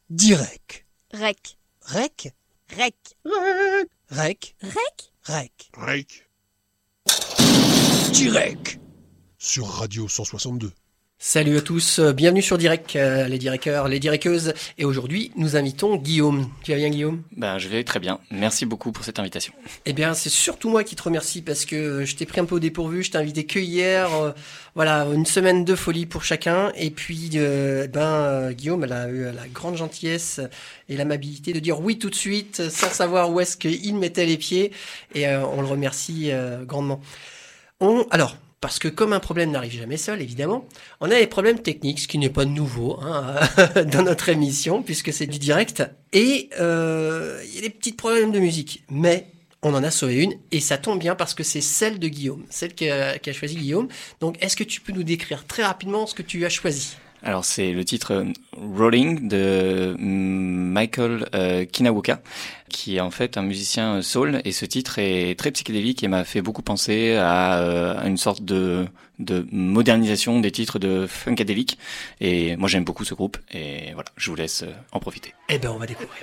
Direct. Rec. Rec. Rec. Rec. Rec. Rec. Rec. Direct. Sur Radio 162. Salut à tous, bienvenue sur Direct, les directeurs, les directeuses. Et aujourd'hui, nous invitons Guillaume. Tu vas bien, Guillaume ? Je vais très bien. Merci beaucoup pour cette invitation. Eh bien, c'est surtout moi qui te remercie parce que je t'ai pris un peu au dépourvu. Je t'ai invité que hier. Voilà, une semaine de folie pour chacun. Et puis, Guillaume, elle a eu la grande gentillesse et l'amabilité de dire oui tout de suite, sans savoir où est-ce qu'il mettait les pieds. Et on le remercie grandement. Parce que comme un problème n'arrive jamais seul, évidemment, on a des problèmes techniques, ce qui n'est pas nouveau dans notre émission, puisque c'est du direct. Et il y a des petits problèmes de musique. Mais on en a sauvé une, et ça tombe bien parce que c'est celle de Guillaume, celle qu'a choisi Guillaume. Donc, est-ce que tu peux nous décrire très rapidement ce que tu as choisi ? Alors, c'est le titre Rolling de Michael Kinawuka, qui est en fait un musicien soul, et ce titre est très psychédélique et m'a fait beaucoup penser à une sorte de modernisation des titres de funkadélique. Et moi, j'aime beaucoup ce groupe, et voilà, je vous laisse en profiter. Eh ben, on va découvrir.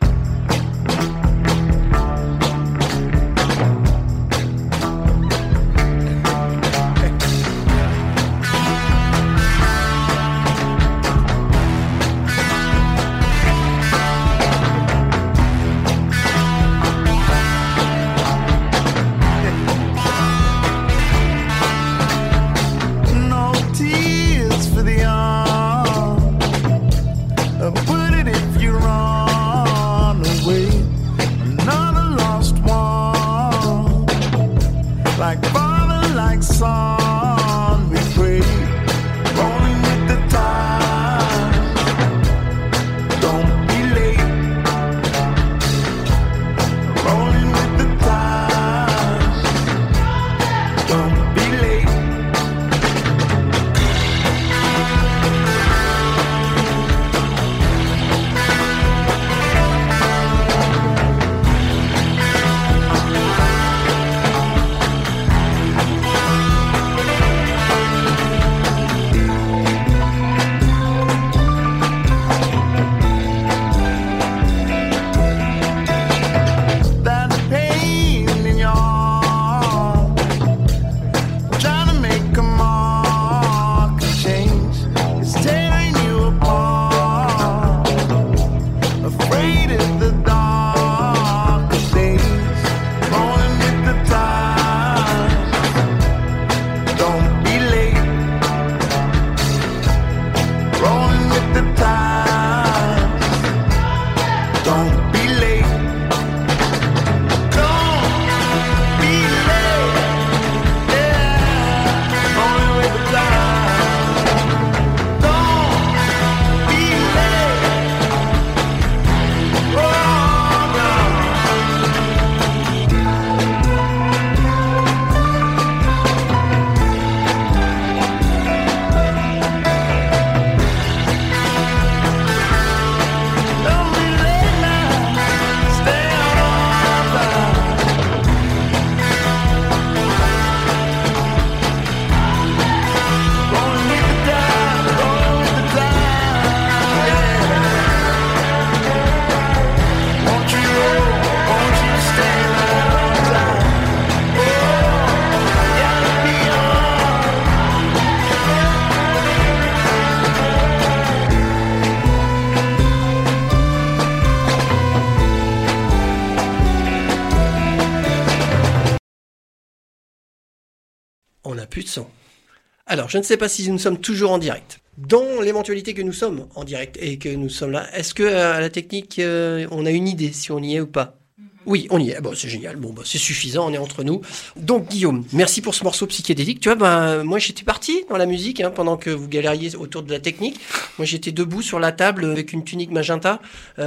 On n'a plus de son. Alors, je ne sais pas si nous sommes toujours en direct. Dans l'éventualité que nous sommes en direct et que nous sommes là, est-ce que à la technique, on a une idée si on y est ou pas ? Oui, on y est. Bon, c'est génial. Bon, c'est suffisant. On est entre nous. Donc, Guillaume, merci pour ce morceau psychédélique. Tu vois, moi, j'étais parti dans la musique pendant que vous galériez autour de la technique. Moi, j'étais debout sur la table avec une tunique magenta.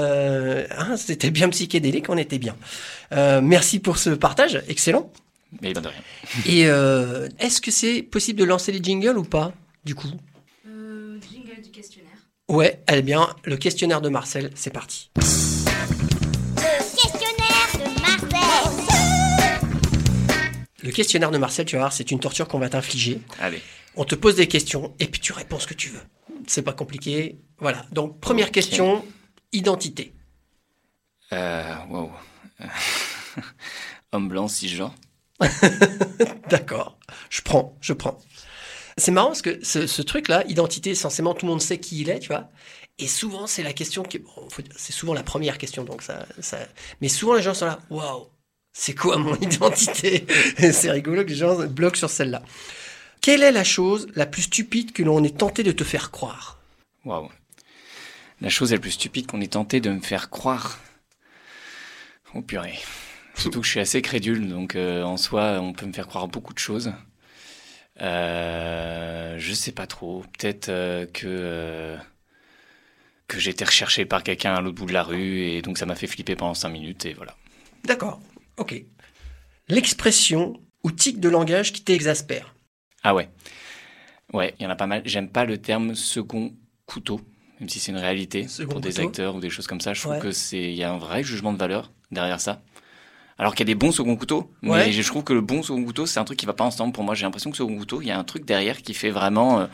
C'était bien psychédélique. On était bien. Merci pour ce partage. Excellent. Mais de rien. Et est-ce que c'est possible de lancer les jingles ou pas, du coup ? Jingle du questionnaire. Ouais, eh bien, le questionnaire de Marcel, c'est parti. Le questionnaire de Marcel, tu vas voir, c'est une torture qu'on va t'infliger. Allez. On te pose des questions et puis tu réponds ce que tu veux. C'est pas compliqué. Voilà. Donc, première question. Identité. Wow. Homme blanc, cisgenre. D'accord, je prends. C'est marrant parce que ce truc-là, identité, essentiellement, tout le monde sait qui il est, tu vois. Et souvent, c'est la question c'est souvent la première question, donc ça. Mais souvent, les gens sont là, waouh, c'est quoi mon identité? C'est rigolo que les gens bloquent sur celle-là. Quelle est la chose la plus stupide que l'on est tenté de te faire croire? Waouh. La chose la plus stupide qu'on est tenté de me faire croire. Oh purée. Surtout que je suis assez crédule, donc en soi, on peut me faire croire beaucoup de choses. Je sais pas trop. Peut-être que j'ai été recherché par quelqu'un à l'autre bout de la rue, et donc ça m'a fait flipper pendant 5 minutes, et voilà. D'accord, ok. L'expression ou tic de langage qui t'exaspère. Ah ouais. Ouais, il y en a pas mal. J'aime pas le terme second couteau, même si c'est une réalité pour des acteurs ou des choses comme ça. Je trouve que il y a un vrai jugement de valeur derrière ça. Alors qu'il y a des bons second couteaux, mais je trouve que le bon second couteau, c'est un truc qui va pas ensemble pour moi. J'ai l'impression que second couteau, il y a un truc derrière qui fait vraiment,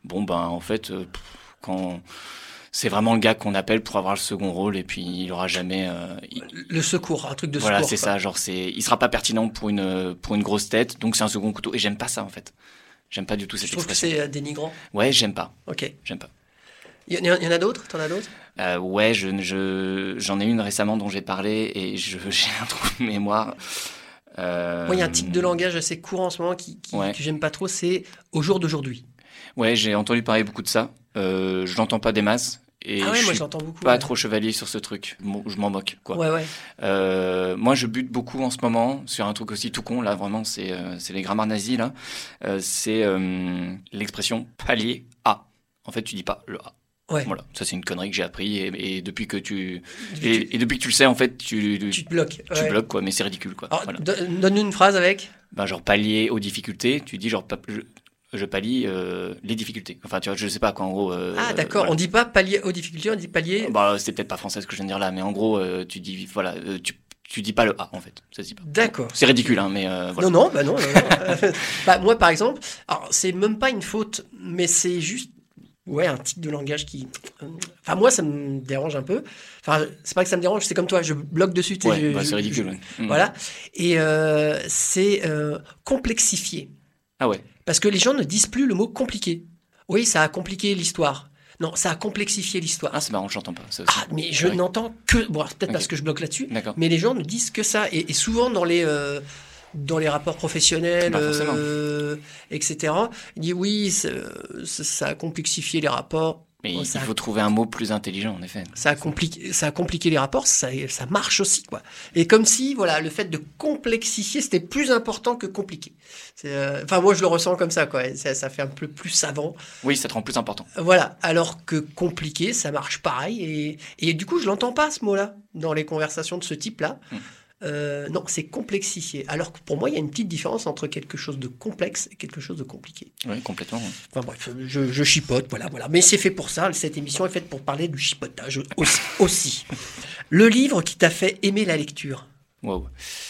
quand c'est vraiment le gars qu'on appelle pour avoir le second rôle, et puis il aura jamais le secours, un truc de secours. Voilà, c'est ça. Genre il sera pas pertinent pour une grosse tête, donc c'est un second couteau. Et j'aime pas ça en fait. J'aime pas du tout cette expression. Je trouve que c'est dénigrant. Ouais, j'aime pas. Ok. J'aime pas. Il y en a d'autres? T'en as d'autres? Ouais, j'en ai une récemment dont j'ai parlé, et j'ai un trou de mémoire. Moi, il y a un type de langage assez courant en ce moment que j'aime pas trop, c'est au jour d'aujourd'hui. Ouais, j'ai entendu parler beaucoup de ça. Je l'entends pas des masses. Et moi je l'entends beaucoup. Pas trop chevalier sur ce truc. Je m'en moque, quoi. Ouais. Moi, je bute beaucoup en ce moment sur un truc aussi tout con. Là, vraiment, c'est les grammaires nazis, là. C'est l'expression palier A. En fait, tu dis pas le A. Ouais. Voilà, ça c'est une connerie que j'ai appris, et depuis que tu le sais, en fait, tu te bloques. Tu bloques, quoi, mais c'est ridicule, quoi. Alors, voilà. Donne-nous une phrase avec. Genre pallier aux difficultés, tu dis genre je pallie les difficultés. Enfin, tu vois, je sais pas quoi, en gros. D'accord, voilà. On dit pas pallier aux difficultés, on dit pallier. C'est peut-être pas français ce que je viens de dire là, mais en gros, tu dis, voilà, tu dis pas le A, en fait. Ça se dit pas. D'accord. C'est ridicule, hein, mais voilà. Non. Moi, par exemple, alors, c'est même pas une faute, mais c'est juste, un tic de langage qui. Enfin, moi, ça me dérange un peu. Enfin, c'est pas que ça me dérange, c'est comme toi, je bloque dessus. C'est ridicule. Voilà. Et c'est complexifier. Ah ouais. Parce que les gens ne disent plus le mot compliqué. Oui, ça a compliqué l'histoire. Non, ça a complexifié l'histoire. Ah, c'est marrant, j'entends pas ça aussi. Mais je n'entends que. Bon, peut-être parce que je bloque là-dessus. D'accord. Mais les gens ne disent que ça. Et souvent dans les rapports professionnels, etc. Il dit oui, ça a complexifié les rapports. Mais il faut trouver un mot plus intelligent, en effet. Ça a compliqué les rapports, ça marche aussi, quoi. Et comme si, le fait de complexifier, c'était plus important que compliqué. Moi, je le ressens comme ça, quoi. Ça fait un peu plus savant. Oui, ça te rend plus important. Voilà. Alors que compliqué, ça marche pareil. Et du coup, je l'entends pas, ce mot-là, dans les conversations de ce type-là. Non, c'est complexifier. Alors que pour moi, il y a une petite différence entre quelque chose de complexe et quelque chose de compliqué. Oui, complètement. Enfin bref, je chipote, voilà. Mais c'est fait pour ça. Cette émission est faite pour parler du chipotage aussi. Le livre qui t'a fait aimer la lecture. Wow.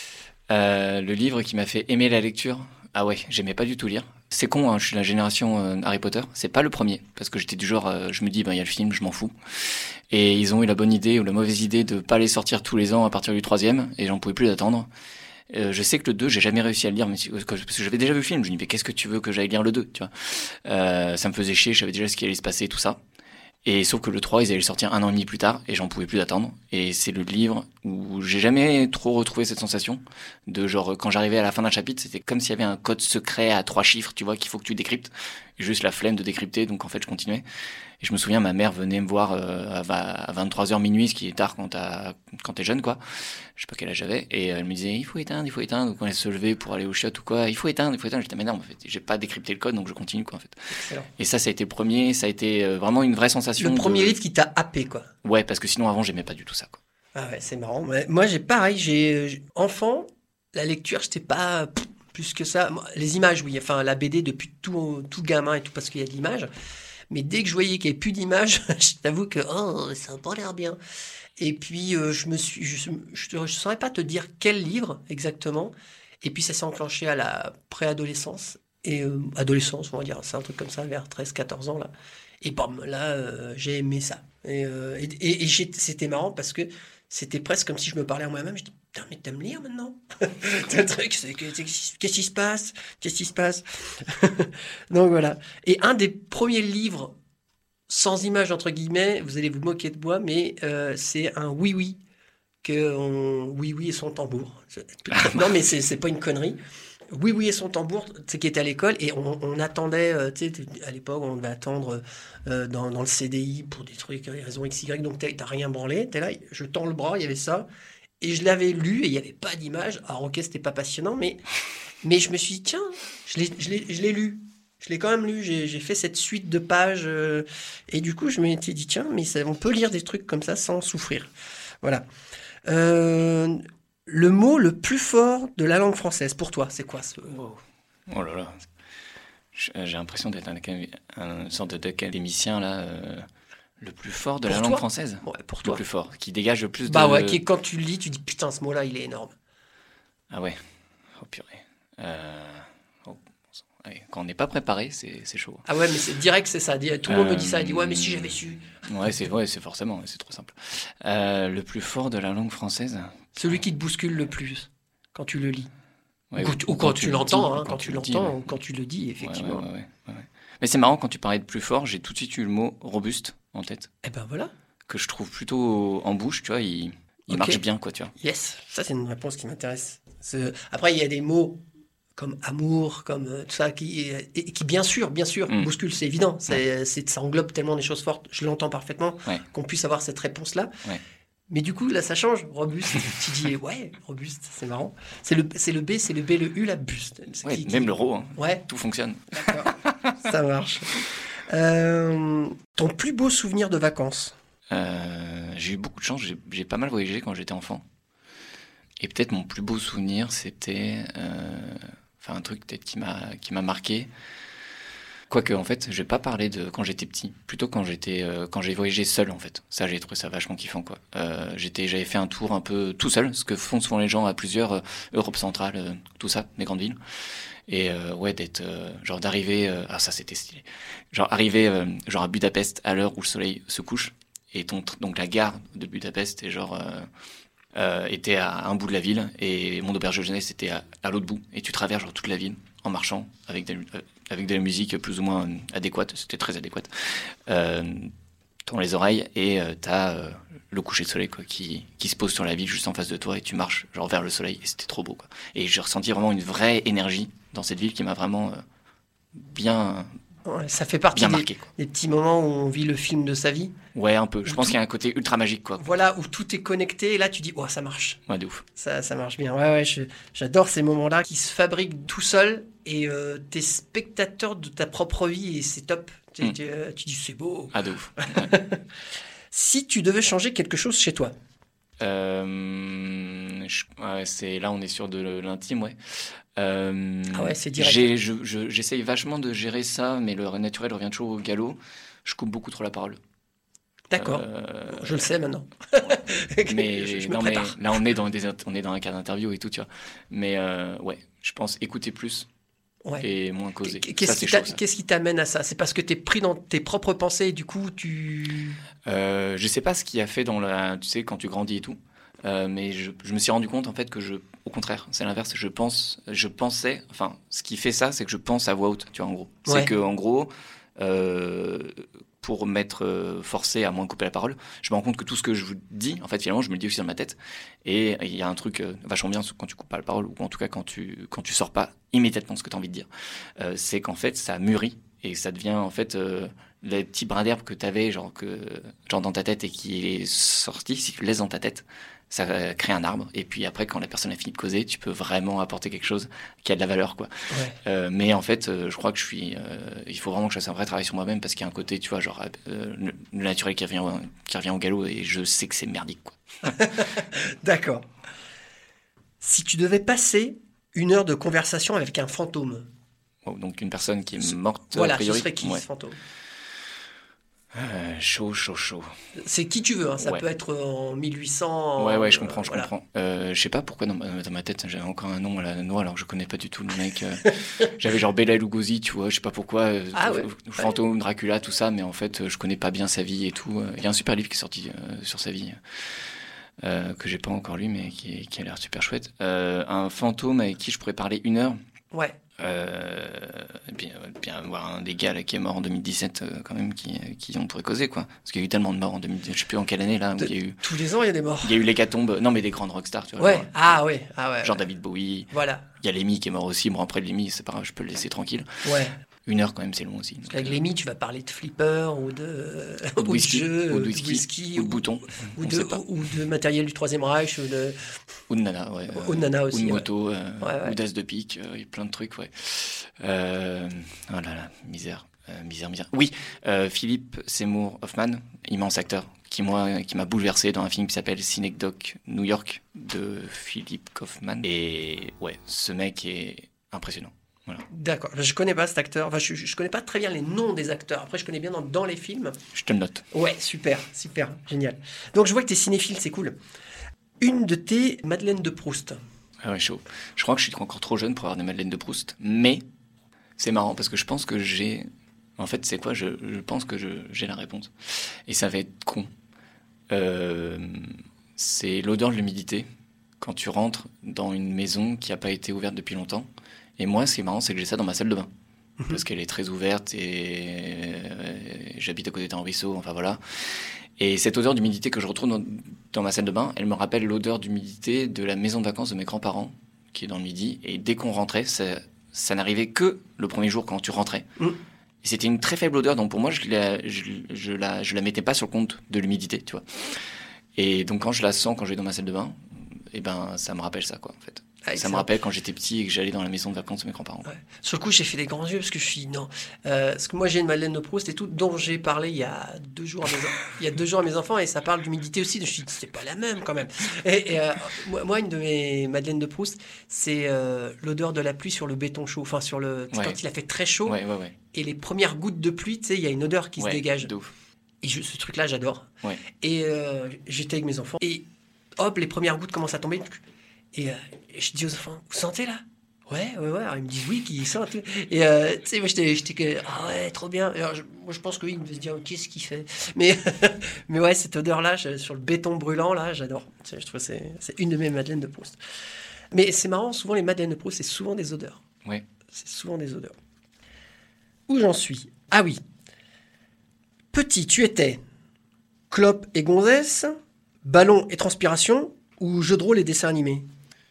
Le livre qui m'a fait aimer la lecture. Ah ouais, j'aimais pas du tout lire. C'est con, hein, je suis la génération Harry Potter. C'est pas le premier, parce que j'étais du genre, je me dis, il y a le film, je m'en fous. Et ils ont eu la bonne idée ou la mauvaise idée de pas les sortir tous les ans à partir du 3e, et j'en pouvais plus d'attendre. Je sais que le 2, j'ai jamais réussi à le lire, parce que j'avais déjà vu le film. Je me dis, mais qu'est-ce que tu veux que j'aille lire le 2, tu vois. Ça me faisait chier, je savais déjà ce qui allait se passer, tout ça. Et sauf que le 3, ils allaient le sortir 1 an et demi plus tard, et j'en pouvais plus d'attendre. Et c'est le livre où j'ai jamais trop retrouvé cette sensation de genre, quand j'arrivais à la fin d'un chapitre, c'était comme s'il y avait un code secret à 3 chiffres, tu vois, qu'il faut que tu décryptes. Et juste la flemme de décrypter, donc en fait, je continuais. Et je me souviens, ma mère venait me voir à 23h minuit, ce qui est tard quand t'es jeune, quoi. Je sais pas quel âge j'avais. Et elle me disait, il faut éteindre. Donc on allait se lever pour aller au shot ou quoi. Il faut éteindre. J'étais, mais non, en fait, j'ai pas décrypté le code, donc je continue, quoi, en fait. Excellent. Et ça a été le premier. Ça a été vraiment une vraie sensation. Le premier livre qui t'a happé, quoi. Ouais, parce que sinon, avant, j'aimais pas du tout ça, quoi. Ah ouais, c'est marrant. Moi, j'ai enfant, la lecture, j'étais pas plus que ça. Les images, oui. Enfin, la BD depuis tout gamin et tout, parce qu'il y a de l'image. Mais dès que je voyais qu'il n'y avait plus d'images, je t'avoue que ça n'a pas l'air bien. Et puis, je ne saurais pas te dire quel livre exactement. Et puis, ça s'est enclenché à la préadolescence. Et adolescence, on va dire, c'est un truc comme ça, vers 13-14 ans. Là. Et bam, là, j'ai aimé ça. C'était marrant parce que c'était presque comme si je me parlais à moi-même. Je dis, putain, mais t'aimes lire maintenant? T'as un truc, qu'est-ce qui se passe? Qu'est-ce qui se passe? Donc voilà. Et un des premiers livres sans image, entre guillemets, vous allez vous moquer de moi, mais c'est un oui-oui. Oui-oui et son tambour. Non, mais c'est pas une connerie. Oui et son tambour, c'est qui était à l'école et on attendait, tu sais, à l'époque on devait attendre dans le CDI pour des trucs, raison XY, donc t'as rien branlé, t'es là, je tends le bras, il y avait ça, et je l'avais lu et il n'y avait pas d'image. Alors ok, c'était pas passionnant, mais je me suis dit, tiens, je l'ai lu. Je l'ai quand même lu, j'ai fait cette suite de pages et du coup je m'étais dit, tiens, mais on peut lire des trucs comme ça sans souffrir. Voilà. Le mot le plus fort de la langue française, pour toi, c'est quoi ce mot? Oh là là. J'ai l'impression d'être une sorte d'académicien, là. Le plus fort de la langue française? Ouais, pour le toi. plus fort, qui dégage le plus de... Bah ouais, quand tu le lis, tu dis putain, ce mot-là, il est énorme. Ah ouais. Oh purée. Ouais, quand on n'est pas préparé, c'est chaud. Ah ouais, mais c'est direct, c'est ça. Tout le monde me dit ça. Il dit ouais, mais si j'avais su. Ouais, c'est forcément, c'est trop simple. Le plus fort de la langue française? Celui qui te bouscule le plus quand tu le lis. Ouais, ou quand tu l'entends, dis, hein, quand tu l'entends, ou quand tu le dis, effectivement. Ouais. Mais c'est marrant, quand tu parlais de plus fort, j'ai tout de suite eu le mot robuste en tête. Eh ben voilà. Que je trouve plutôt en bouche, tu vois, il marche bien, quoi, tu vois. Yes, ça c'est une réponse qui m'intéresse. Après, il y a des mots comme amour, comme tout ça, qui bien sûr, bouscule, c'est évident. Ça englobe tellement des choses fortes, je l'entends parfaitement, qu'on puisse avoir cette réponse-là. Ouais. Mais du coup, là, ça change. Robuste, tu dis, ouais, robuste, c'est marrant. C'est le B, c'est le B, le U, la buste. Ouais, même le RO, hein. Ouais. Tout fonctionne. D'accord, ça marche. Ton plus beau souvenir de vacances? J'ai eu beaucoup de chance, j'ai pas mal voyagé quand j'étais enfant. Et peut-être mon plus beau souvenir, c'était... un truc peut-être qui m'a marqué. Quoique, en fait, je vais pas parler de quand j'étais petit, plutôt quand j'ai voyagé seul, en fait. Ça, j'ai trouvé ça vachement kiffant, quoi. J'avais fait un tour un peu tout seul, ce que font souvent les gens à plusieurs, Europe centrale, tout ça, les grandes villes. Et d'être, d'arriver, ça c'était stylé. Arriver, à Budapest à l'heure où le soleil se couche, et donc la gare de Budapest est était à un bout de la ville et mon auberge de jeunesse était à l'autre bout, et tu traverses toute la ville en marchant avec de la musique plus ou moins adéquate, c'était très adéquate, dans les oreilles, et t'as le coucher de soleil, quoi, qui se pose sur la ville juste en face de toi, et tu marches vers le soleil, et c'était trop beau, quoi. Et j'ai ressenti vraiment une vraie énergie dans cette ville qui m'a vraiment bien... Ouais, ça fait partie des petits moments où on vit le film de sa vie. Ouais, un peu. Je pense qu'il y a un côté ultra magique, quoi. Voilà, où tout est connecté, et là tu dis, oh, ça marche. Ouais, de ouf. Ça marche bien. Ouais, j'adore ces moments-là qui se fabriquent tout seul, et t'es spectateur de ta propre vie, et c'est top. Tu dis, c'est beau. Ah, de ouf. Ouais. Si tu devais changer quelque chose chez toi? Là, on est sur de l'intime, ouais. Ah ouais, c'est direct. J'essaye vachement de gérer ça, mais le naturel revient toujours au galop. Je coupe beaucoup trop la parole. D'accord. Je le sais maintenant. Ouais. Mais je me prépare. Là, on est dans un cas d'interview et tout, tu vois. Mais je pense écouter plus et moins causer. Qu'est-ce qui t'amène à ça? C'est parce que t'es pris dans tes propres pensées et du coup tu... Je sais pas ce qui a fait tu sais, quand tu grandis et tout. Mais je me suis rendu compte, en fait, au contraire, c'est l'inverse. Je pensais, ce qui fait ça, c'est que je pense à voix haute, tu vois, en gros. C'est que, en gros, pour m'être forcé à moins couper la parole, je me rends compte que tout ce que je vous dis, en fait, finalement, je me le dis aussi dans ma tête. Et il y a un truc vachement bien quand tu coupes pas la parole, ou en tout cas quand tu sors pas immédiatement ce que tu as envie de dire. C'est qu'en fait, ça mûrit, et ça devient, en fait, les petits brins d'herbe que tu avais, genre dans ta tête, et qui est sorti, si tu le laisses dans ta tête, ça crée un arbre, et puis après, quand la personne a fini de causer, tu peux vraiment apporter quelque chose qui a de la valeur, quoi. Ouais. Mais en fait, je crois que il faut vraiment que je fasse un vrai travail sur moi-même, parce qu'il y a un côté, tu vois, le naturel qui revient au galop, et je sais que c'est merdique, quoi. D'accord. Si tu devais passer 1 heure de conversation avec un fantôme. Donc une personne qui est morte, voilà, a priori. ce serait qui, ce fantôme? Chaud. C'est qui tu veux, hein. Ça Ouais. peut être en 1800. Ouais, je comprends. voilà. Je sais pas pourquoi dans ma tête j'avais encore un nom à la noix alors que je connais pas du tout le mec. J'avais genre Bela Lugosi, tu vois, je sais pas pourquoi. Ah ouais. Fantôme, Dracula, tout ça, mais en fait je connais pas bien sa vie et tout. Il y a un super livre qui est sorti sur sa vie. Que j'ai pas encore lu mais qui a l'air super chouette. Un fantôme avec qui je pourrais parler 1 heure. Ouais. Bien voir un des gars là, qui est mort en 2017 quand même qui on pourrait causer quoi parce qu'il y a eu tellement de morts en 2017 je sais plus en quelle année là où il y a eu Tous les ans, il y a des morts. il y a eu l'hécatombe non mais des grandes rockstars tu vois Ouais. Ouais. genre David Bowie Voilà. il y a Lemmy qui est mort aussi bon après Lemmy c'est pas grave je peux le laisser tranquille Ouais. 1 heure quand même c'est long aussi donc, Avec Lémi, tu vas parler de flipper ou de ou de whisky jeux, ou de whisky ou de boutons ou on sait pas. ou de matériel du Troisième Reich ou de nana ouais ou de nana ou aussi. de ouais. moto Ouais. ou d'as de pique il y a plein de trucs ouais oh là là misère. Oui, Philippe Seymour Hoffman, immense acteur, qui m'a bouleversé dans un film qui s'appelle Synecdoche New York de Philippe Kaufman. Et ouais, ce mec est impressionnant. Voilà. D'accord. Je connais pas cet acteur. Enfin, je connais pas très bien les noms des acteurs. Après, je connais bien dans les films. Je te le note. Ouais, super, génial. Donc, je vois que t'es cinéphile, c'est cool. Une de tes Madeleine de Proust. Ah ouais, chaud. Je crois que je suis encore trop jeune pour avoir des Madeleines de Proust, mais c'est marrant parce que je pense que j'ai... En fait, c'est quoi ? Je pense que j'ai la réponse. Et ça va être con. C'est l'odeur de l'humidité quand tu rentres dans une maison qui n'a pas été ouverte depuis longtemps. Et moi, ce qui est marrant, c'est que j'ai ça dans ma salle de bain. Parce qu'elle est très ouverte et j'habite à côté d'un ruisseau, enfin voilà. Et cette odeur d'humidité que je retrouve dans ma salle de bain, elle me rappelle l'odeur d'humidité de la maison de vacances de mes grands-parents, qui est dans le Midi. Et dès qu'on rentrait, ça n'arrivait que le premier jour quand tu rentrais. Et c'était une très faible odeur, donc pour moi, je la mettais pas sur le compte de l'humidité, tu vois. Et donc quand je la sens quand je vais dans ma salle de bain, et ben ça me rappelle ça, quoi, en fait. Ça me rappelle quand j'étais petit et que j'allais dans la maison de vacances de mes grands-parents. Ouais. Sur le coup, j'ai fait des grands yeux parce que je suis non. Parce que moi, j'ai une Madeleine de Proust et tout, dont j'ai parlé il y a 2 jours à mes enfants, et ça parle d'humidité aussi. Donc je me suis dit, c'est pas la même quand même. Et moi, une de mes Madeleines de Proust, c'est l'odeur de la pluie sur le béton chaud. Enfin, sur le quand il a fait très chaud. Ouais. Et les premières gouttes de pluie, tu sais, il y a une odeur qui se dégage. De ouf. Et ce truc-là, j'adore. Ouais. Et j'étais avec mes enfants. Et hop, les premières gouttes commencent à tomber. Et je dis aux enfants, vous sentez là ? Ouais. Alors, ils me disent oui, qu'ils sentent. Et tu sais, moi j'étais que, ah ouais, trop bien. Alors, moi je pense que oui, ils me disent, qu'est-ce qu'il fait ? Mais ouais, cette odeur-là, sur le béton brûlant, là, j'adore. Tu sais, je trouve que c'est une de mes Madeleines de Proust. Mais c'est marrant, souvent les Madeleines de Proust, c'est souvent des odeurs. Ouais. C'est souvent des odeurs. Où j'en suis ? Ah oui. Petit, tu étais clope et gonzesse, ballon et transpiration, ou jeu de rôle et dessin animé ?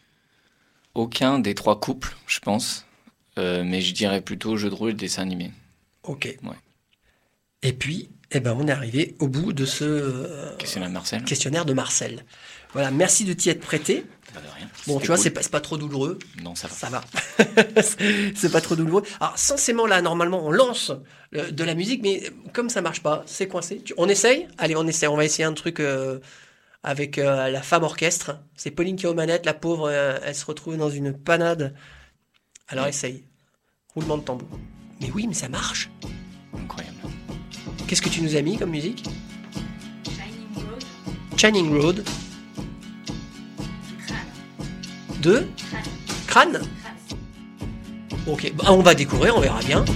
Aucun des 3 couples, je pense. Mais je dirais plutôt jeu de rôle et dessin animé. Ok. Ouais. Et puis, on est arrivé au bout de ce Questionnaire de Marcel. questionnaire de Marcel. Voilà, merci de t'y être prêté. Pas de rien. Bon, C'était tu vois, cool. c'est pas trop douloureux. Non, ça va. Ça va. C'est pas trop douloureux. Alors, censément, là, normalement, on lance de la musique, mais comme ça marche pas, c'est coincé. On essaye ? Allez, on essaye. On va essayer un truc avec la femme orchestre. C'est Pauline qui est aux manettes. La pauvre, elle se retrouve dans une panade. Alors, essaye. Roulement de tambour. Mais oui, mais ça marche. Incroyable. Qu'est-ce que tu nous as mis comme musique ? Shining Road, Shining Road. Crâne. De Crâne. Crâne. Ok, bah, on va découvrir, on verra bien.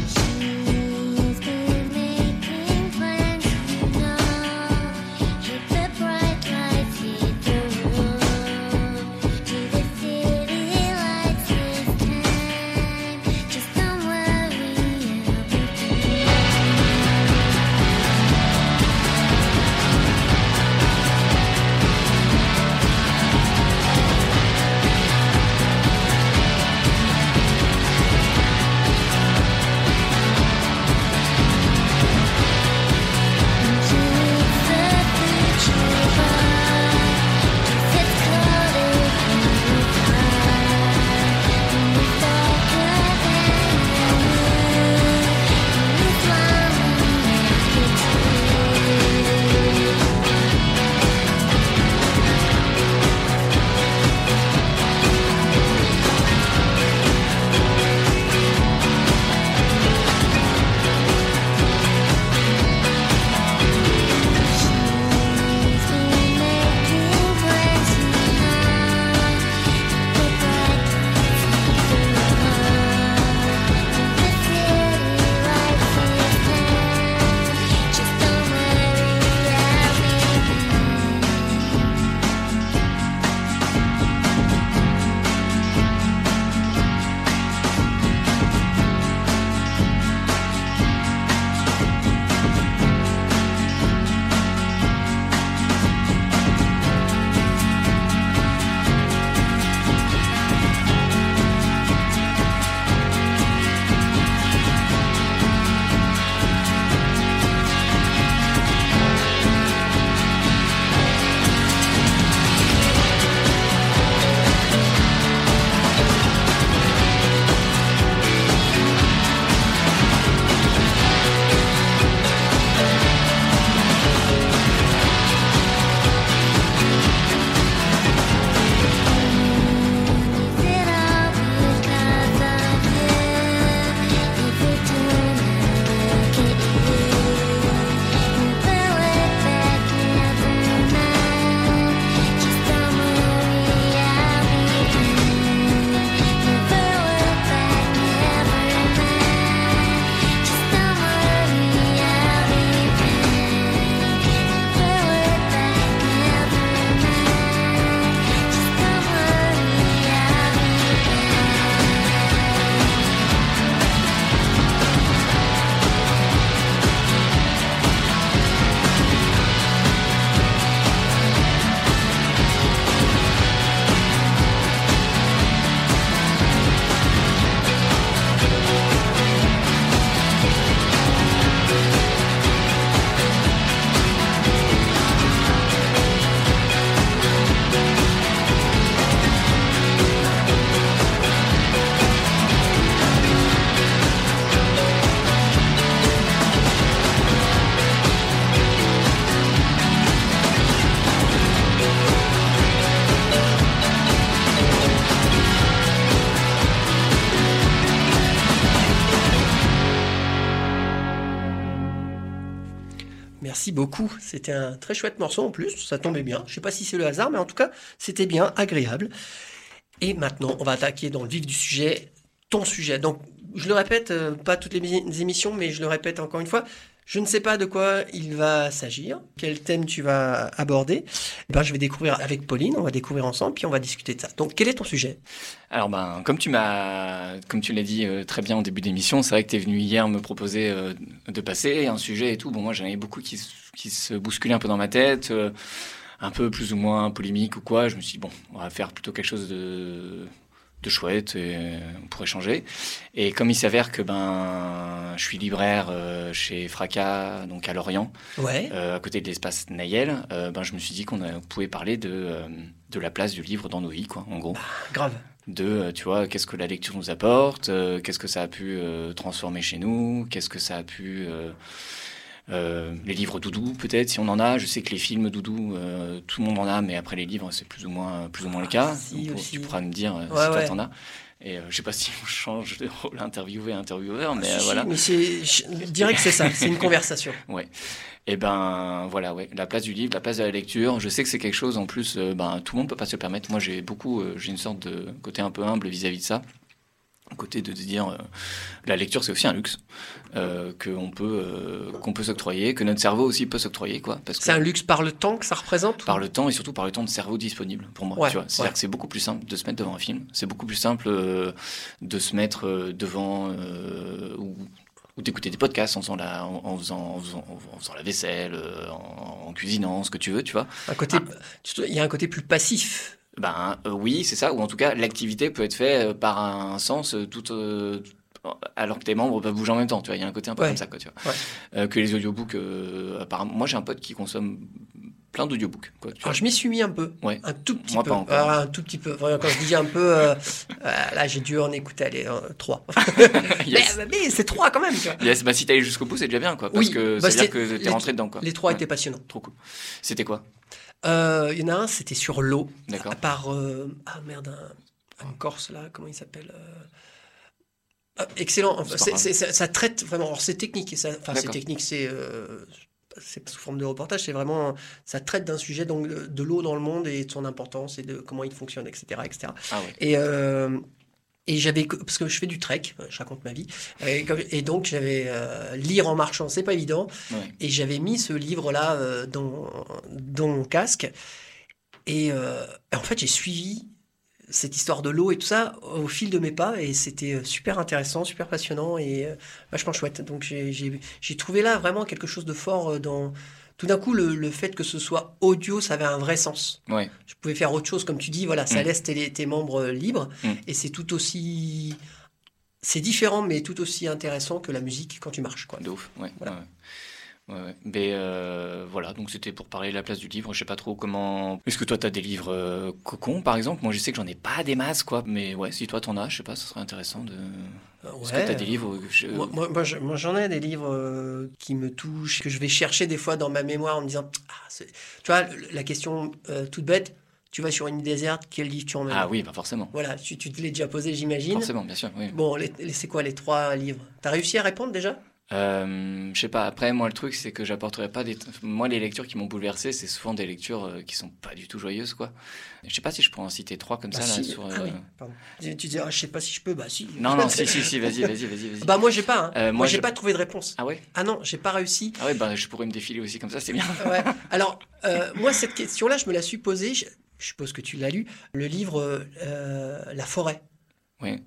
merci beaucoup. C'était un très chouette morceau en plus, ça tombait bien. Je sais pas si c'est le hasard, mais en tout cas, c'était bien, agréable. Et maintenant, on va attaquer dans le vif du sujet, ton sujet. Donc, je le répète, pas toutes les émissions, mais je le répète encore une fois. Je ne sais pas de quoi il va s'agir, quel thème tu vas aborder. Eh ben, je vais découvrir avec Pauline, on va découvrir ensemble, puis on va discuter de ça. Donc, quel est ton sujet ? Alors comme tu l'as dit très bien au début de l'émission, c'est vrai que tu es venu hier me proposer de passer un sujet et tout. Bon, moi j'en avais beaucoup qui se bousculaient un peu dans ma tête, un peu plus ou moins polémique ou quoi. Je me suis dit, bon, on va faire plutôt quelque chose de chouette et on pourrait changer. Et comme il s'avère que je suis libraire chez Fracas, donc à Lorient, à côté de l'espace Nayel, je me suis dit qu'on pouvait parler de la place du livre dans nos vies, quoi, en gros. Grave. Tu vois, qu'est-ce que la lecture nous apporte, qu'est-ce que ça a pu transformer chez nous, qu'est-ce que ça a pu... les livres doudou peut-être si on en a, je sais que les films doudou tout le monde en a, mais après les livres c'est plus ou moins le cas. Tu pourras me dire si toi t'en as. Et je sais pas si on change de rôle intervieweur, mais voilà. Mais je dirais que c'est ça, c'est une conversation. Ouais. Et voilà, ouais, la place du livre, la place de la lecture. Je sais que c'est quelque chose en plus, tout le monde peut pas se le permettre. Moi j'ai une sorte de côté un peu humble vis-à-vis de ça. Côté de dire la lecture c'est aussi un luxe qu'on peut s'octroyer, que notre cerveau aussi peut s'octroyer, quoi, parce que c'est un luxe par le temps que ça représente, par le temps et surtout par le temps de cerveau disponible pour moi, tu vois. C'est-à-dire que c'est beaucoup plus simple de se mettre devant un film, c'est beaucoup plus simple de se mettre devant ou d'écouter des podcasts en faisant la vaisselle, en cuisinant, ce que tu veux, tu vois. Il y a un côté plus passif. Oui, c'est ça, ou en tout cas l'activité peut être faite par un sens alors que tes membres peuvent bouger en même temps, tu vois. Il y a un côté un peu comme ça, quoi, tu vois. Que les audiobooks, apparemment, moi j'ai un pote qui consomme plein d'audiobooks, quoi. Alors je m'y suis mis un peu, un tout petit peu. Pas encore. Un tout petit peu. Quand je dis un peu, là j'ai dû en écouter 3. Yes. mais c'est 3 quand même, tu vois. Yes, si t'es allé jusqu'au bout, c'est déjà bien, quoi. Parce que ça veut dire que t'es rentré dedans, quoi. Les 3 étaient passionnants. Trop cool. C'était quoi ? Il y en a un, c'était sur l'eau. D'accord. Par un Corse là, comment il s'appelle excellent. Enfin, ça traite vraiment. Alors c'est technique. C'est technique. C'est sous forme de reportage. C'est vraiment, ça traite d'un sujet, donc de l'eau dans le monde et de son importance et de comment il fonctionne, etc., etc. Ah ouais. Et j'avais, parce que je fais du trek, je raconte ma vie, et donc j'avais lire en marchant, c'est pas évident, et j'avais mis ce livre-là dans mon casque, et en fait j'ai suivi cette histoire de l'eau et tout ça au fil de mes pas, et c'était super intéressant, super passionnant et vachement chouette. Donc j'ai trouvé là vraiment quelque chose de fort dans... Tout d'un coup, le fait que ce soit audio, ça avait un vrai sens. Ouais. Je pouvais faire autre chose, comme tu dis, voilà, ça laisse tes membres libres. Et c'est tout aussi... C'est différent, mais tout aussi intéressant que la musique quand tu marches, quoi. De ouf, ouais. Voilà. Ouais. Mais voilà, donc c'était pour parler de la place du livre. Je sais pas trop comment... Est-ce que toi, t'as des livres cocons, par exemple ? Moi, je sais que j'en ai pas des masses, quoi. Mais ouais, si toi, t'en as, je sais pas, ça serait intéressant de... Est-ce que t'as des livres Moi, j'en ai des livres qui me touchent, que je vais chercher des fois dans ma mémoire en me disant... tu vois, la question toute bête, tu vas sur une île déserte, quel livre tu emmènes ? Ah oui, forcément. Voilà, tu te l'es déjà posé, j'imagine. Forcément, bien sûr, oui. Bon, c'est quoi les 3 livres ? T'as réussi à répondre déjà ? Je sais pas. Après, moi, le truc, c'est que j'apporterai pas moi, les lectures qui m'ont bouleversé, c'est souvent des lectures qui sont pas du tout joyeuses, quoi. Je sais pas si je pourrais en citer 3 comme ça, si. là, sur... oui, pardon. Tu dis, je sais pas si je peux, si. Non, si, vas-y. Moi, j'ai pas, moi, j'ai pas trouvé de réponse. Ah ouais ? Ah non, j'ai pas réussi. Ah ouais, je pourrais me défiler aussi comme ça, c'est bien. Ouais. Alors, moi, cette question-là, je me la suis posée, je suppose que tu l'as lu, le livre La forêt. Oui.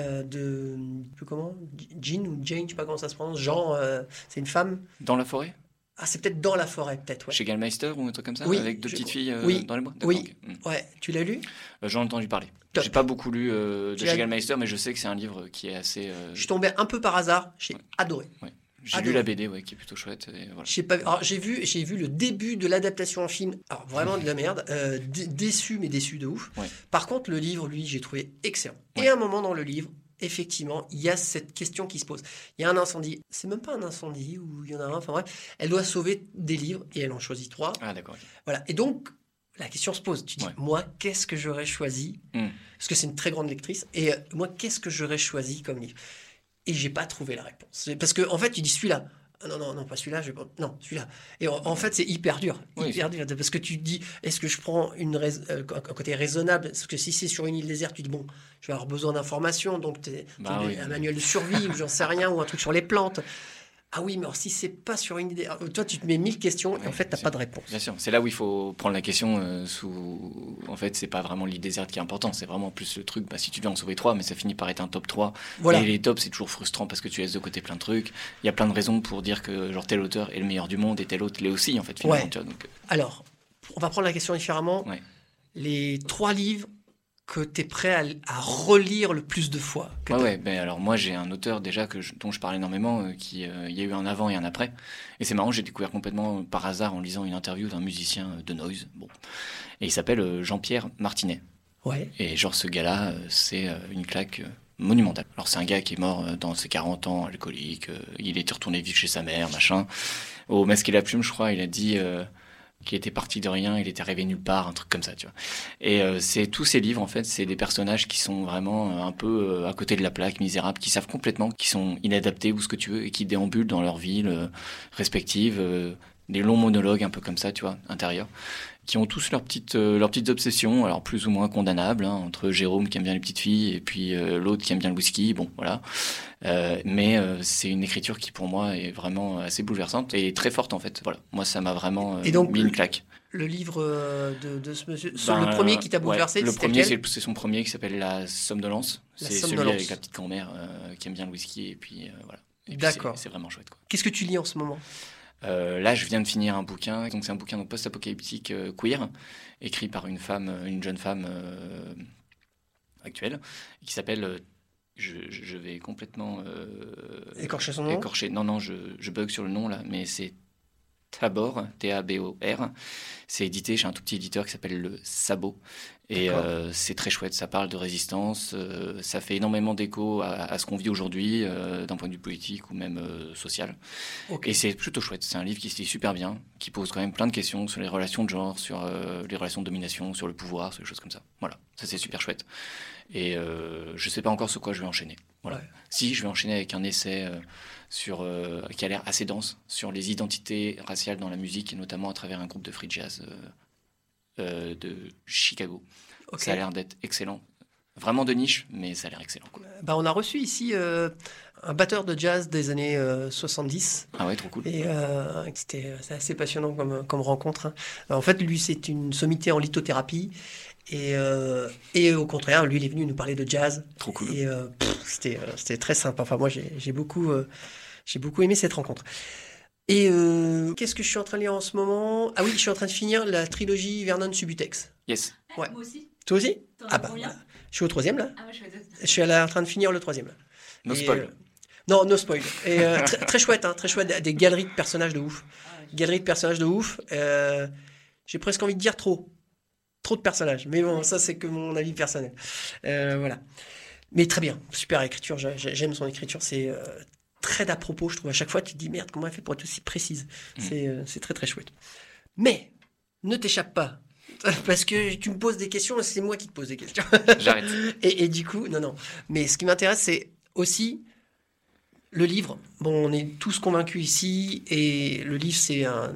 Comment Jean ou Jane, je sais pas comment ça se prononce. Jean, c'est une femme. Dans la forêt ? Ah, c'est peut-être dans la forêt, peut-être. Ouais. Chez Gallmeister ou un truc comme ça, oui, avec 2 petites filles dans les bois. Oui. Ouais. Tu l'as lu ? J'en ai entendu parler. Top. J'ai pas beaucoup lu de chez Gallmeister, mais je sais que c'est un livre qui est assez. Je suis tombé un peu par hasard. J'ai adoré. Ouais. J'ai lu la BD, qui est plutôt chouette. Et voilà. Alors, j'ai vu le début de l'adaptation en film. Alors, vraiment de la merde. Déçu de ouf. Ouais. Par contre, le livre, lui, j'ai trouvé excellent. Ouais. Et à un moment dans le livre, effectivement, il y a cette question qui se pose. Il y a un incendie. C'est même pas un incendie, ou il y en a un. Enfin bref, elle doit sauver des livres et elle en choisit 3. Ah, d'accord. Okay. Voilà. Et donc, la question se pose. Tu dis, moi, qu'est-ce que j'aurais choisi ? Parce que c'est une très grande lectrice. Et moi, qu'est-ce que j'aurais choisi comme livre ? Et j'ai pas trouvé la réponse. Parce que, en fait, tu dis celui-là. Ah non, pas celui-là, je vais pas. Non, celui-là. Et en fait, c'est hyper dur. Oui, Hyper dur. Parce que tu te dis, est-ce que je prends un côté raisonnable? Parce que si c'est sur une île déserte, tu te dis, bon, je vais avoir besoin d'informations, donc Oui. un manuel de survie, ou j'en sais rien, ou un truc sur les plantes. Ah oui, mais alors si c'est pas sur une idée. Toi, tu te mets 1000 questions et en fait, t'as pas de réponse. Bien sûr, c'est là où il faut prendre la question sous. En fait, c'est pas vraiment l'île déserte qui est important, c'est vraiment plus le truc. Si tu dois en sauver 3, mais ça finit par être un top 3. Voilà. Et les tops, c'est toujours frustrant parce que tu laisses de côté plein de trucs. Il y a plein de raisons pour dire que genre tel auteur est le meilleur du monde et tel autre l'est aussi, en fait, finalement. Ouais. Tu vois, donc, Alors, on va prendre la question différemment. Ouais. Les 3 livres que tu es prêt à relire le plus de fois. Alors moi j'ai un auteur déjà dont je parle énormément, il y a eu un avant et un après. Et c'est marrant, j'ai découvert complètement par hasard en lisant une interview d'un musicien de noise. Bon. Et il s'appelle Jean-Pierre Martinet. Ouais. Et genre ce gars-là, c'est une claque monumentale. Alors c'est un gars qui est mort dans ses 40 ans, alcoolique, il était retourné vivre chez sa mère, machin. Au Masque et la Plume, je crois, il a dit... qui était parti de rien, il était arrivé nulle part, un truc comme ça, tu vois. Et c'est tous ces livres, en fait, c'est des personnages qui sont vraiment un peu à côté de la plaque, misérables, qui savent complètement, qui sont inadaptés ou ce que tu veux, et qui déambulent dans leur ville respective, des longs monologues un peu comme ça, tu vois, intérieurs, qui ont tous leurs petites obsessions, alors plus ou moins condamnables, hein, entre Jérôme qui aime bien les petites filles et puis l'autre qui aime bien le whisky, bon, voilà. Mais c'est une écriture qui pour moi est vraiment assez bouleversante et très forte en fait. Voilà, moi ça m'a vraiment mis une claque. Le livre de ce monsieur, le premier qui t'a bouleversé, le c'était premier, lequel? c'est son premier qui s'appelle La Somnolence. C'est celui avec la petite grand-mère qui aime bien le whisky et puis voilà. Et d'accord. C'est vraiment chouette, quoi. Qu'est-ce que tu lis en ce moment? Là, je viens de finir un bouquin. Donc c'est un bouquin post-apocalyptique queer, écrit par une jeune femme actuelle, qui s'appelle je vais complètement Écorcher son nom. Non, je bug sur le nom là, mais c'est Tabor, T-A-B-O-R. C'est édité chez un tout petit éditeur qui s'appelle Le Sabot. Et c'est très chouette, ça parle de résistance, ça fait énormément d'écho à ce qu'on vit aujourd'hui, d'un point de vue politique ou même social. Okay. Et c'est plutôt chouette, c'est un livre qui se lit super bien, qui pose quand même plein de questions sur les relations de genre, sur les relations de domination, sur le pouvoir, sur les choses comme ça. Voilà, ça c'est super chouette. Et je sais pas encore sur quoi je vais enchaîner. Voilà. Ouais. Si, je vais enchaîner avec un essai qui a l'air assez dense, sur les identités raciales dans la musique, et notamment à travers un groupe de free jazz de Chicago. Okay. Ça a l'air d'être excellent. Vraiment de niche, mais ça a l'air excellent, quoi. On a reçu ici un batteur de jazz des années 70. Ah ouais, trop cool. Et c'est assez passionnant comme rencontre, hein. En fait, lui, c'est une sommité en lithothérapie. Et au contraire, lui, il est venu nous parler de jazz. Trop cool. Et c'était très sympa. Enfin, moi, j'ai beaucoup aimé cette rencontre. Et qu'est-ce que je suis en train de lire en ce moment? Ah oui, je suis en train de finir la trilogie Vernon Subutex. Yes. Ouais. Moi aussi. Toi aussi? T'en as combien? Je suis au 3e là. Ah ouais, je suis en train de finir le 3e là. No spoil. Non, no spoil. Et très chouette, hein, très chouette. Des galeries de personnages de ouf. Galeries de personnages de ouf. J'ai presque envie de dire trop de personnages. Mais bon, ça c'est que mon avis personnel. Voilà. Mais très bien, super écriture. J'aime son écriture. C'est très d'à propos, je trouve. À chaque fois, tu te dis merde, comment elle fait pour être aussi précise. C'est très très chouette. Mais ne t'échappe pas. Parce que tu me poses des questions, c'est moi qui te pose des questions. J'arrête. Et du coup, non. Mais ce qui m'intéresse, c'est aussi le livre. Bon, on est tous convaincus ici, et le livre, c'est un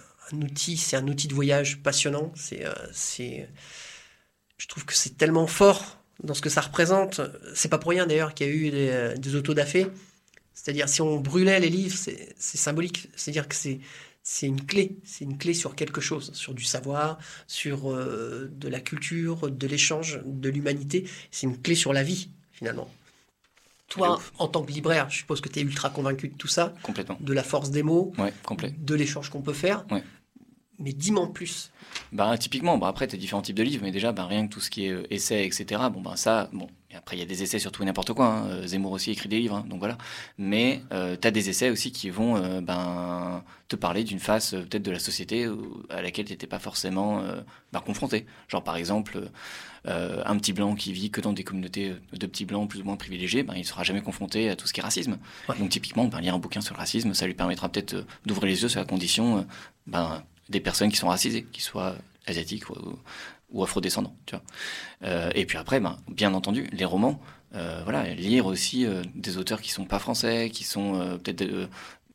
outil de voyage passionnant. Je trouve que c'est tellement fort dans ce que ça représente. C'est pas pour rien d'ailleurs qu'il y a eu des autodafés. C'est-à-dire, si on brûlait les livres, c'est symbolique. C'est-à-dire que c'est une clé sur quelque chose, sur du savoir, sur de la culture, de l'échange, de l'humanité. C'est une clé sur la vie, finalement. Toi, en tant que libraire, je suppose que tu es ultra convaincu de tout ça. Complètement. De la force des mots, ouais, complet. De l'échange qu'on peut faire. Ouais. Mais dis-moi en plus. Typiquement, après, tu as différents types de livres, mais déjà, rien que tout ce qui est essais, etc., et après, il y a des essais sur tout et n'importe quoi, hein. Zemmour aussi écrit des livres, hein, donc voilà. Mais tu as des essais aussi qui vont te parler d'une face peut-être de la société à laquelle tu n'étais pas forcément confronté. Genre, par exemple, un petit blanc qui vit que dans des communautés de petits blancs plus ou moins privilégiés, il ne sera jamais confronté à tout ce qui est racisme. Ouais. Donc, typiquement, lire un bouquin sur le racisme, ça lui permettra peut-être d'ouvrir les yeux sur la condition des personnes qui sont racisées, qui soient asiatiques ou afrodescendants, tu vois. Et puis après, bien entendu, les romans, lire aussi des auteurs qui sont pas français, qui sont peut-être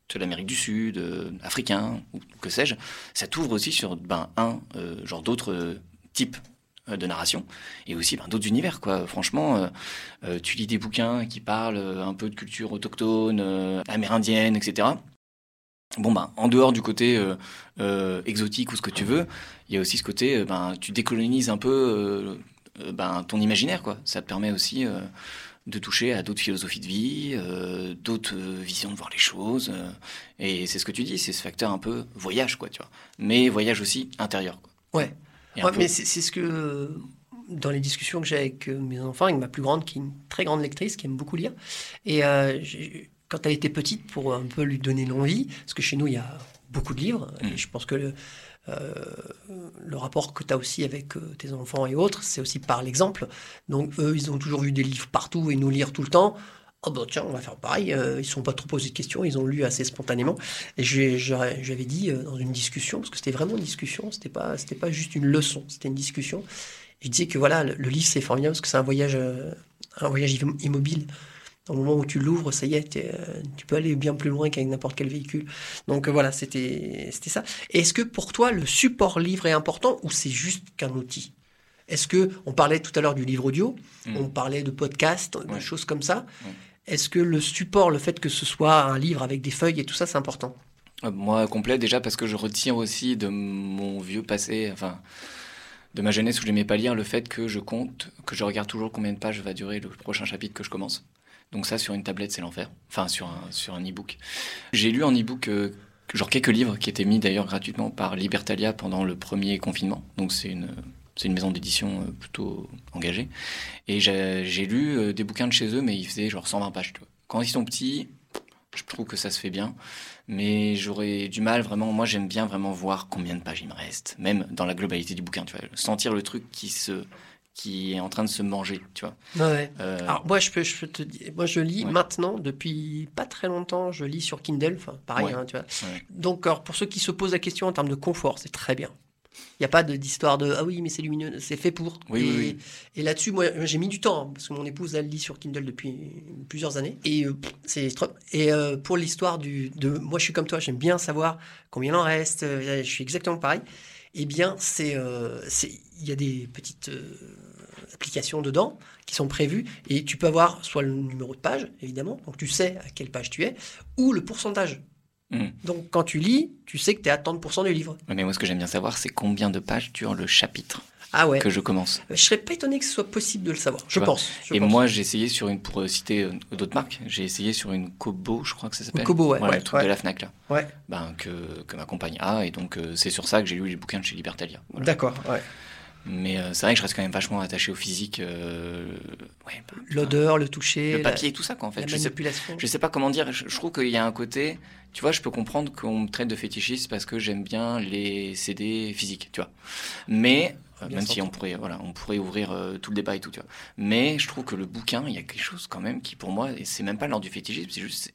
de l'Amérique du Sud, africain, ou que sais-je, ça t'ouvre aussi sur genre d'autres types de narration, et aussi d'autres univers, quoi. Franchement, tu lis des bouquins qui parlent un peu de culture autochtone, amérindienne, etc. En dehors du côté exotique ou ce que tu veux, il y a aussi ce côté, tu décolonises un peu ton imaginaire, quoi. Ça te permet aussi de toucher à d'autres philosophies de vie, d'autres visions de voir les choses. Et c'est ce que tu dis, c'est ce facteur un peu voyage, quoi, tu vois. Mais voyage aussi intérieur, quoi. Ouais. Et Ouais, mais c'est ce que, dans les discussions que j'ai avec mes enfants, avec ma plus grande, qui est une très grande lectrice, qui aime beaucoup lire, et quand elle était petite, pour un peu lui donner l'envie, parce que chez nous, il y a beaucoup de livres, et je pense que le rapport que tu as aussi avec tes enfants et autres, c'est aussi par l'exemple. Donc eux, ils ont toujours vu des livres partout et nous lire tout le temps. Oh bah tiens, on va faire pareil. Ils ne sont pas trop posés de questions, ils ont lu assez spontanément. Et j'avais dit dans une discussion, parce que c'était vraiment une discussion, c'était pas juste une leçon, c'était une discussion. Je disais que voilà, le livre c'est formidable parce que c'est un voyage immobile. Au moment où tu l'ouvres, ça y est, tu peux aller bien plus loin qu'avec n'importe quel véhicule. Donc voilà, c'était ça. Et est-ce que pour toi, le support livre est important ou c'est juste qu'un outil ? Est-ce que on parlait tout à l'heure du livre audio, on parlait de podcast, de choses comme ça. Est-ce que le support, le fait que ce soit un livre avec des feuilles et tout ça, c'est important ? Moi, complet déjà parce que je retiens aussi de mon vieux passé, de ma jeunesse où j'aimais pas lire, le fait que je regarde toujours combien de pages va durer le prochain chapitre que je commence. Donc ça, sur une tablette, c'est l'enfer. Enfin, sur un e-book. J'ai lu en e-book genre quelques livres qui étaient mis d'ailleurs gratuitement par Libertalia pendant le premier confinement. Donc c'est une maison d'édition plutôt engagée. Et j'ai lu des bouquins de chez eux, mais ils faisaient genre 120 pages. Tu vois. Quand ils sont petits, je trouve que ça se fait bien. Mais j'aurais du mal vraiment. Moi, j'aime bien vraiment voir combien de pages il me reste. Même dans la globalité du bouquin, tu vois. Sentir le truc qui est en train de se manger, tu vois. Ouais. Alors moi, je peux te dire, moi je lis maintenant, depuis pas très longtemps, je lis sur Kindle, enfin pareil, tu vois. Ouais. Donc alors, pour ceux qui se posent la question en termes de confort, c'est très bien. Il n'y a pas d'histoire de « Ah oui, mais c'est lumineux, c'est fait pour ». Oui. Et là-dessus, moi, j'ai mis du temps, parce que mon épouse, elle lit sur Kindle depuis plusieurs années. Et pour l'histoire moi, je suis comme toi, j'aime bien savoir combien il en reste, je suis exactement pareil. Eh bien, il y a des petites applications dedans qui sont prévues, et tu peux avoir soit le numéro de page, évidemment, donc tu sais à quelle page tu es, ou le pourcentage. Donc, quand tu lis, tu sais que tu es à 30% du livre. Mais moi, ce que j'aime bien savoir, c'est combien de pages dure le chapitre que je commence. Je serais pas étonné que ce soit possible de le savoir. Je pense. Moi, j'ai essayé pour citer d'autres marques, j'ai essayé sur une Kobo, je crois que ça s'appelle. Kobo, ouais. Voilà, le truc de la Fnac, là. Ouais. Que ma compagne a, et donc c'est sur ça que j'ai lu les bouquins de chez Libertalia. Voilà. D'accord, ouais. Mais c'est vrai que je reste quand même vachement attaché au physique. L'odeur, le toucher, le papier, tout ça, quoi, en fait. La manipulation. Je sais pas comment dire. Je trouve qu'il y a un côté. Tu vois, je peux comprendre qu'on me traite de fétichiste parce que j'aime bien les CD physiques, tu vois. Mais même si on pourrait ouvrir tout le débat et tout, tu vois. Mais je trouve que le bouquin, il y a quelque chose quand même qui, pour moi, et c'est même pas l'ordre du fétichisme, c'est juste,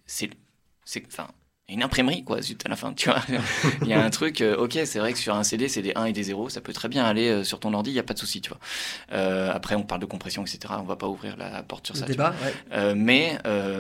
une imprimerie, quoi, zut, à la fin, tu vois. Il y a un truc, ok, c'est vrai que sur un CD, c'est des 1 et des 0, ça peut très bien aller sur ton ordi, il n'y a pas de souci, tu vois. Après, on parle de compression, etc. On va pas ouvrir la porte sur ça. Le débat, mais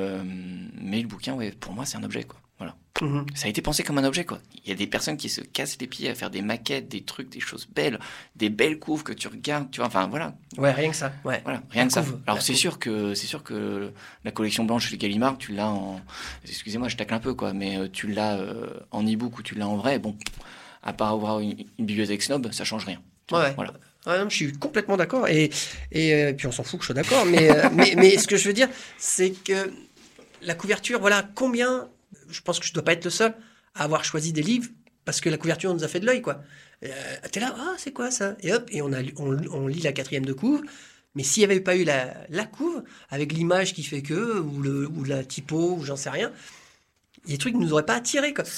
le bouquin, pour moi, c'est un objet, quoi. Voilà. Ça a été pensé comme un objet, quoi. Il y a des personnes qui se cassent les pieds à faire des maquettes, des trucs, des choses belles, des belles couves que tu regardes, tu vois. Enfin, voilà. Ouais, rien que ça. Ouais. Voilà, rien que ça. Alors, c'est sûr que la collection blanche chez Gallimard, tu l'as en... Excusez-moi, je tacle un peu, quoi, mais tu l'as en e-book ou tu l'as en vrai. Bon, à part avoir une bibliothèque snob, ça change rien. Ouais. Voilà. Ouais, non, je suis complètement d'accord. Et puis, on s'en fout que je sois d'accord. Mais ce que je veux dire, c'est que la couverture, voilà, combien... Je pense que je dois pas être le seul à avoir choisi des livres parce que la couverture nous a fait de l'œil, quoi. T'es là, c'est quoi ça ? Et hop, et on lit la 4e de couve. Mais s'il n'y avait pas eu la couve, avec l'image qui fait que, ou la typo, ou j'en sais rien, il y a des trucs qui ne nous auraient pas attirés, quoi.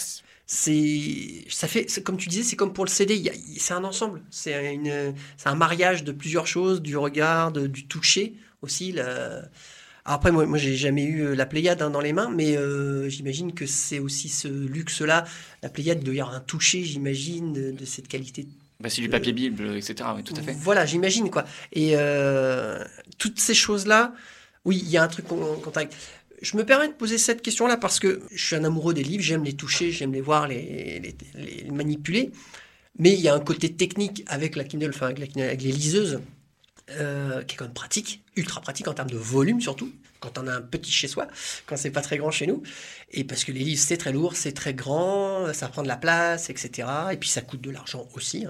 Comme tu disais, c'est comme pour le CD, c'est un ensemble. C'est un mariage de plusieurs choses, du regard, du toucher aussi, Alors après, moi, j'ai jamais eu la Pléiade dans les mains, mais j'imagine que c'est aussi ce luxe-là. La Pléiade, il doit y avoir un toucher, j'imagine, de cette qualité. C'est du papier Bible, etc. Oui, tout à fait. Voilà, j'imagine, quoi. Et toutes ces choses-là, oui, il y a un truc qu'on Je me permets de poser cette question-là parce que je suis un amoureux des livres, j'aime les toucher, j'aime les voir, les manipuler. Mais il y a un côté technique avec la Kindle, avec les liseuses, qui est quand même pratique, ultra pratique en termes de volume surtout, quand on a un petit chez soi, quand c'est pas très grand chez nous. Et parce que les livres, c'est très lourd, c'est très grand, ça prend de la place, etc. Et puis ça coûte de l'argent aussi.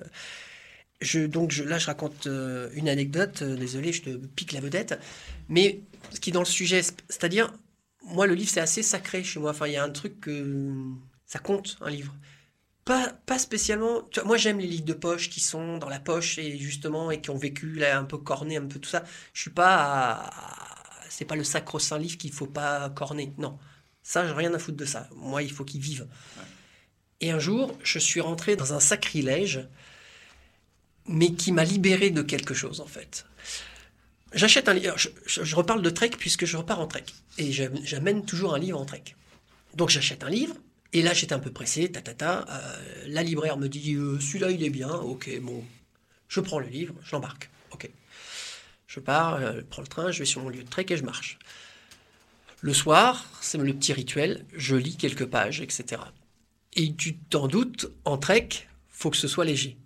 Là, je raconte une anecdote. Désolé, je te pique la vedette. Mais ce qui est dans le sujet, c'est-à-dire, moi, le livre, c'est assez sacré chez moi. Enfin, il y a un truc que ça compte, un livre. Pas spécialement. Tu vois, moi, j'aime les livres de poche qui sont dans la poche et justement et qui ont vécu là un peu corné, un peu tout ça. Je suis pas. C'est pas le sacro-saint livre qu'il faut pas corner. Non, ça, j'ai rien à foutre de ça. Moi, il faut qu'ils vivent. Ouais. Et un jour, je suis rentré dans un sacrilège, mais qui m'a libéré de quelque chose en fait. J'achète un livre. Je reparle de trek puisque je repars en trek et j'amène toujours un livre en trek. Donc j'achète un livre. Et là, j'étais un peu pressé, la libraire me dit celui-là, il est bien, ok, bon, je prends le livre, je l'embarque, ok. Je pars, je prends le train, je vais sur mon lieu de trek et je marche. Le soir, c'est le petit rituel, je lis quelques pages, etc. Et tu t'en doutes, en trek, faut que ce soit léger.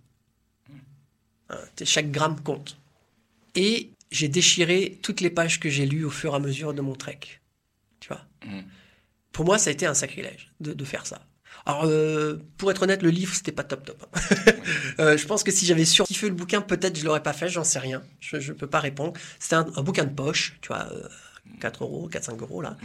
Chaque gramme compte. Et j'ai déchiré toutes les pages que j'ai lues au fur et à mesure de mon trek, tu vois. Pour moi, ça a été un sacrilège de faire ça. Alors, pour être honnête, le livre, c'était pas top. Je pense que si j'avais surkiffé le bouquin, peut-être je l'aurais pas fait, j'en sais rien. Je peux pas répondre. C'était un bouquin de poche, tu vois, 4-5 euros, là.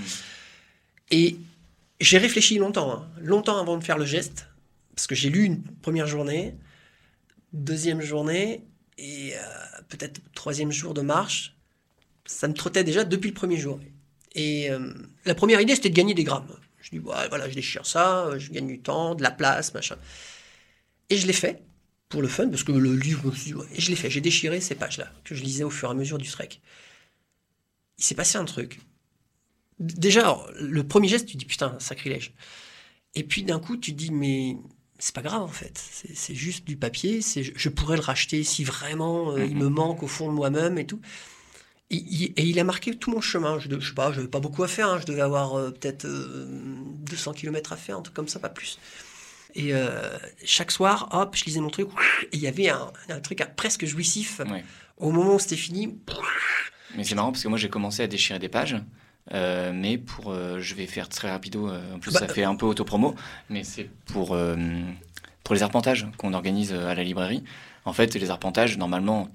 Et j'ai réfléchi longtemps avant de faire le geste, parce que j'ai lu une première journée, deuxième journée, et peut-être troisième jour de marche. Ça me trottait déjà depuis le premier jour. Et la première idée, c'était de gagner des grammes. Je dis, voilà, je déchire ça, je gagne du temps, de la place, machin. Et je l'ai fait, pour le fun, parce que le livre, et je l'ai fait. J'ai déchiré ces pages-là, que je lisais au fur et à mesure du trek. Il s'est passé un truc. Déjà, alors, le premier geste, tu dis, putain, sacrilège. Et puis d'un coup, tu te dis, mais c'est pas grave, en fait. C'est juste du papier, je pourrais le racheter si vraiment il me manque au fond de moi-même et tout. Et il a marqué tout mon chemin. Je sais pas, j'avais pas beaucoup à faire. Je devais avoir peut-être 200 km à faire, un truc comme ça, pas plus. Et chaque soir, hop, je lisais mon truc. Et il y avait un truc presque jouissif. Ouais. Au moment où c'était fini. Mais c'est marrant parce que moi, j'ai commencé à déchirer des pages. Mais je vais faire très rapido. En plus, ça fait un peu autopromo. Mais c'est pour les arpentages qu'on organise à la librairie. En fait, les arpentages, normalement,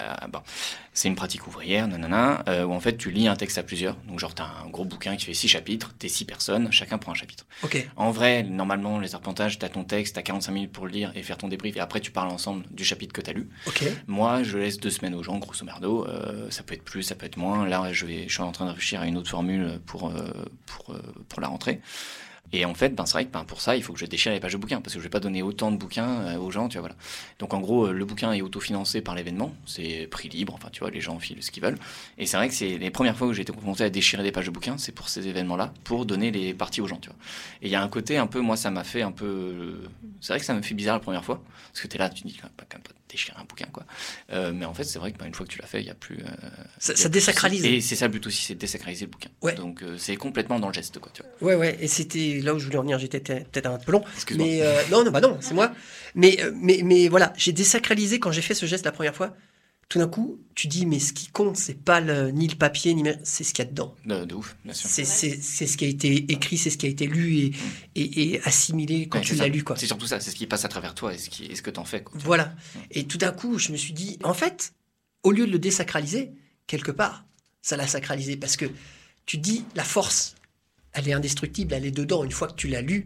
c'est une pratique ouvrière, où en fait, tu lis un texte à plusieurs. Donc, genre, t'as un gros bouquin qui fait 6 chapitres, t'es 6 personnes, chacun prend un chapitre. Okay. En vrai, normalement, les arpentages, t'as ton texte, t'as 45 minutes pour le lire et faire ton débrief, et après, tu parles ensemble du chapitre que t'as lu. Okay. Moi, je laisse 2 semaines aux gens, grosso merdo. Ça peut être plus, ça peut être moins. Là, je suis en train de réfléchir à une autre formule pour la rentrée. Et en fait, c'est vrai que pour ça, il faut que je déchire les pages de bouquins, parce que je vais pas donner autant de bouquins aux gens, tu vois, voilà. Donc en gros, le bouquin est autofinancé par l'événement, c'est prix libre, enfin tu vois, les gens filent ce qu'ils veulent. Et c'est vrai que c'est les premières fois où j'ai été confronté à déchirer des pages de bouquins, c'est pour ces événements-là, pour donner les parties aux gens, tu vois. Et il y a un côté un peu, moi ça m'a fait un peu, c'est vrai que ça me fait bizarre la première fois, parce que t'es là, tu te dis quand même pas déchirer un bouquin, quoi. Mais en fait, c'est vrai que une fois que tu l'as fait, il y a plus. Ça désacralise. Et c'est ça le but aussi, c'est de désacraliser le bouquin. Ouais. Donc c'est complètement dans le geste, quoi, tu vois. Ouais. Et c'était là où je voulais en venir. J'étais peut-être un peu long. Mais non, c'est moi. Mais voilà, j'ai désacralisé quand j'ai fait ce geste la première fois. Tout d'un coup, tu dis, mais ce qui compte, c'est pas ni le papier, c'est ce qu'il y a dedans. De ouf, bien sûr. C'est ce qui a été écrit, c'est ce qui a été lu et assimilé quand tu l'as lu, quoi. C'est surtout ça, c'est ce qui passe à travers toi et ce que t'en fais, quoi. Voilà. Et tout d'un coup, je me suis dit, en fait, au lieu de le désacraliser, quelque part, ça l'a sacralisé. Parce que tu dis, la force, elle est indestructible, elle est dedans. Une fois que tu l'as lu,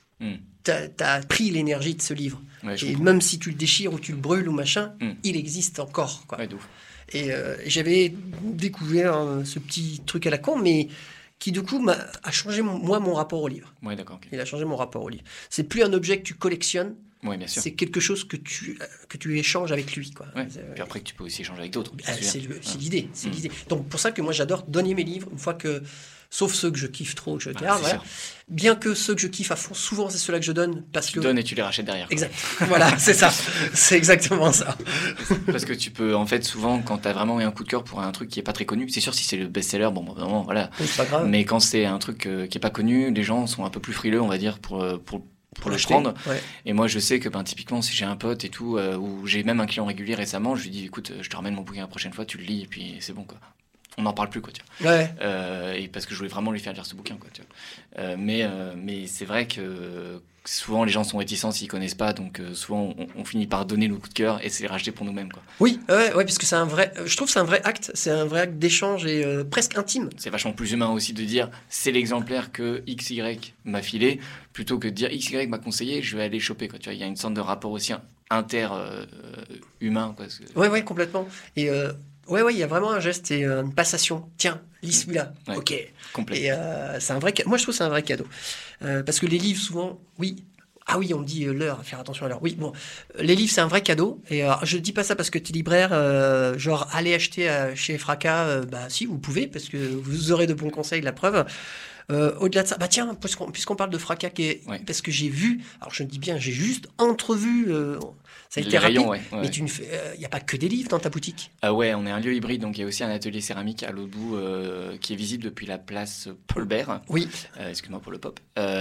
t'as pris l'énergie de ce livre. Ouais, et même si tu le déchires ou tu le brûles ou machin, il existe encore, quoi. Ouais, de ouf. Et j'avais découvert ce petit truc à la con, mais qui du coup a changé mon rapport au livre. Ouais, d'accord. Okay. Il a changé mon rapport au livre. C'est plus un objet que tu collectionnes. Oui, bien sûr. C'est quelque chose que tu échanges avec lui, quoi. Ouais. Puis après que tu peux aussi échanger avec d'autres. C'est l'idée. C'est l'idée. Donc pour ça que moi j'adore donner mes livres une fois que Sauf ceux que je kiffe trop, que je Bah, garde. c'est Voilà. Bien que ceux que je kiffe à fond, souvent c'est ceux-là que je donne parce Tu que. donnes et tu les rachètes derrière. Quoi. Exact. Voilà, c'est ça. C'est exactement ça. Parce que tu peux, en fait, souvent, quand t'as vraiment eu un coup de cœur pour un truc qui est pas très connu, c'est sûr si c'est le best-seller, bon, vraiment, voilà. Oui, c'est pas grave. Mais quand c'est un truc qui est pas connu, les gens sont un peu plus frileux, on va dire, pour le l'acheter. prendre. Ouais. Et moi, je sais que, typiquement, si j'ai un pote et tout, ou j'ai même un client régulier récemment, je lui dis, écoute, je te ramène mon bouquin la prochaine fois, tu le lis, et puis c'est bon, quoi. On n'en parle plus, quoi, tu vois. Ouais. Et parce que je voulais vraiment lui faire lire ce bouquin, quoi, tu vois. Mais c'est vrai que souvent, les gens sont réticents s'ils connaissent pas, donc souvent, on finit par donner le coup de cœur et c'est les racheter pour nous-mêmes, quoi. Oui, ouais, parce que c'est un vrai. Je trouve que c'est un vrai acte. C'est un vrai acte d'échange et presque intime. C'est vachement plus humain aussi de dire c'est l'exemplaire que XY m'a filé plutôt que de dire XY m'a conseillé, je vais aller choper, quoi. Tu vois, il y a une sorte de rapport aussi humain, quoi. Ouais, complètement. Et ouais, il y a vraiment un geste et une passation. Tiens, lis celui-là. Ouais. Ok. Complet. Et c'est un vrai. Moi, je trouve que c'est un vrai cadeau. Parce que les livres, souvent, oui. Ah oui, on me dit l'heure, faire attention à l'heure. Oui, bon, les livres, c'est un vrai cadeau. Et je dis pas ça parce que t'es libraire, genre, allez acheter chez Fracas, bah si, vous pouvez, parce que vous aurez de bons conseils, la preuve. Au-delà de ça, bah tiens, puisqu'on parle de Fracas, Ouais. parce que j'ai vu, alors je dis bien, j'ai juste entrevu, ça a été Les rapide, rayons, ouais. mais tu ne fais, y a pas que des livres dans ta boutique. Ouais, on est un lieu hybride, donc il y a aussi un atelier céramique à l'autre bout qui est visible depuis la place Paul Bert. Oui. Excuse-moi pour le pop.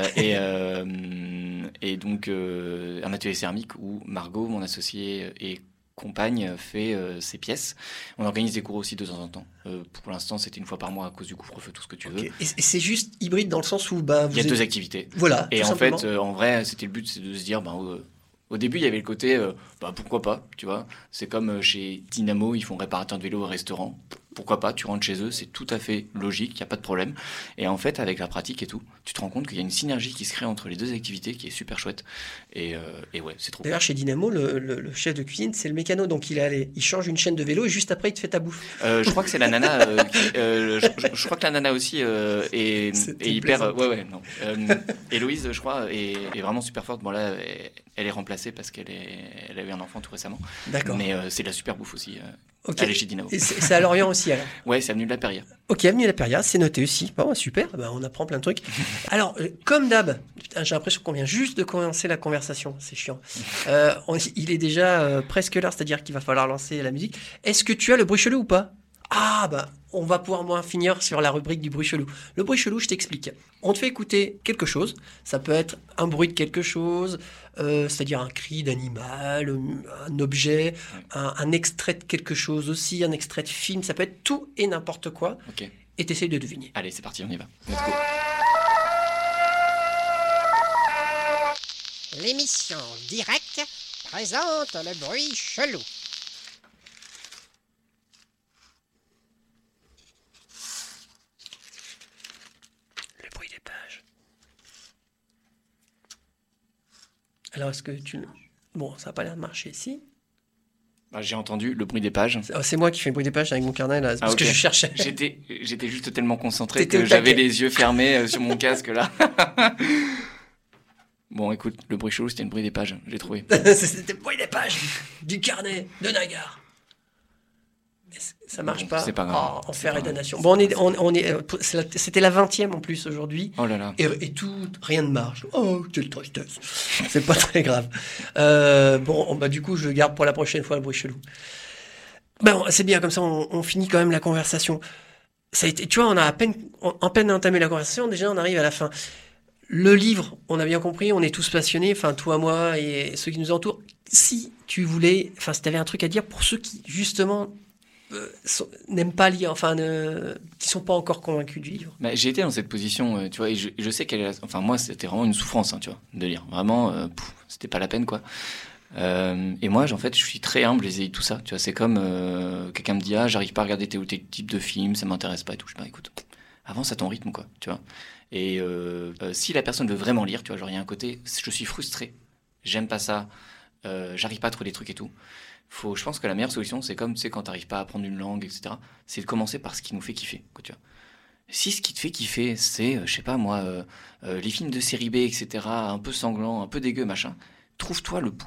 Et donc un atelier céramique où Margot, mon associée et compagne, fait ses pièces. On organise des cours aussi de temps en temps. Pour l'instant, c'était une fois par mois à cause du couvre-feu, tout ce que tu veux. Ok. Et c'est juste hybride dans le sens où bah, Il y a deux activités. Voilà. Et tout en simplement. fait, en vrai, c'était le but, c'est de se dire, au début, il y avait le côté, pourquoi pas, tu vois. C'est comme chez Dynamo, ils font réparateur de vélo au restaurant. Pourquoi pas, tu rentres chez eux, c'est tout à fait logique, il n'y a pas de problème. Et en fait, avec la pratique et tout, tu te rends compte qu'il y a une synergie qui se crée entre les deux activités qui est super chouette. Et ouais, c'est trop cool. D'ailleurs, chez Dynamo, le chef de cuisine, c'est le mécano. Donc, il change une chaîne de vélo et juste après, il te fait ta bouffe. Je crois que c'est la nana. Je crois que la nana aussi est hyper. Non. Héloïse, je crois, est vraiment super forte. Bon là, elle est remplacée parce qu'elle a eu un enfant tout récemment. D'accord. Mais c'est de la super bouffe aussi. Ok. Elle est chez Dynamo. Et c'est à Lorient aussi, alors. Ouais, c'est avenue de la Perrière. Ok, avenue La Péria, c'est noté aussi. Bon, super, bah, on apprend plein de trucs. Alors, comme d'hab, putain, j'ai l'impression qu'on vient juste de commencer la conversation, c'est chiant. Il est déjà presque l'heure, c'est-à-dire qu'il va falloir lancer la musique. Est-ce que tu as le bruit chelou ou pas? Ah, bah, on va pouvoir moins finir sur la rubrique du bruit chelou. Le bruit chelou, je t'explique. On te fait écouter quelque chose. Ça peut être un bruit de quelque chose, c'est-à-dire un cri d'animal, un objet, un extrait de quelque chose aussi, un extrait de film. Ça peut être tout et n'importe quoi. Ok. Et t'essayes de deviner. Allez, c'est parti, on y va. Let's go. L'émission Direct présente le bruit chelou. Le bruit des pages. Alors, est-ce que tu... Bon, ça n'a pas l'air de marcher ici. J'ai entendu le bruit des pages. C'est moi qui fais le bruit des pages avec mon carnet, là. C'est parce ok. que je cherchais. J'étais juste tellement concentré T'étais que au j'avais taquet. les yeux fermés sur mon casque là. Bon, écoute, le bruit chelou, c'était le bruit des pages, j'ai trouvé. C'était le bruit des pages du carnet de Nagar. Mais ça marche Bon, pas. c'est pas grave. Oh, C'est enfer pas et grave. damnation. Bon, c'était la 20e en plus aujourd'hui. Oh là là. Et tout, rien ne marche. Oh, quelle tristesse. C'est pas très grave. Bon, bah du coup, je garde pour la prochaine fois le bruit chelou. Bon, c'est bien, comme ça, on finit quand même la conversation. Ça a été, tu vois, on a à peine entamé la conversation, déjà on arrive à la fin. Le livre, on a bien compris, on est tous passionnés, enfin toi, moi et ceux qui nous entourent. Si tu voulais, enfin si tu avais un truc à dire pour ceux qui, justement, n'aiment pas lire, enfin, qui sont pas encore convaincus du livre. Bah, j'ai été dans cette position, tu vois, et je sais qu'elle est... Enfin, moi, c'était vraiment une souffrance, hein, tu vois, de lire. Vraiment, c'était pas la peine, quoi. Et moi, en fait, je suis très humble vis-à-vis de tout ça. Tu vois, c'est comme quelqu'un me dit, ah, j'arrive pas à regarder tel ou tel type de film, ça m'intéresse pas et tout. Je dis, bah, écoute, avance à ton rythme, quoi, tu vois. Et si la personne veut vraiment lire, tu vois, genre, il y a un côté, je suis frustré, j'aime pas ça, j'arrive pas à trouver des trucs et tout. Je pense que la meilleure solution, c'est comme, tu sais, quand t'arrives pas à apprendre une langue, etc., c'est de commencer par ce qui nous fait kiffer, quoi, tu vois. Si ce qui te fait kiffer, c'est, je sais pas moi, les films de série B, etc., un peu sanglants, un peu dégueu, machin, trouve-toi le bouquin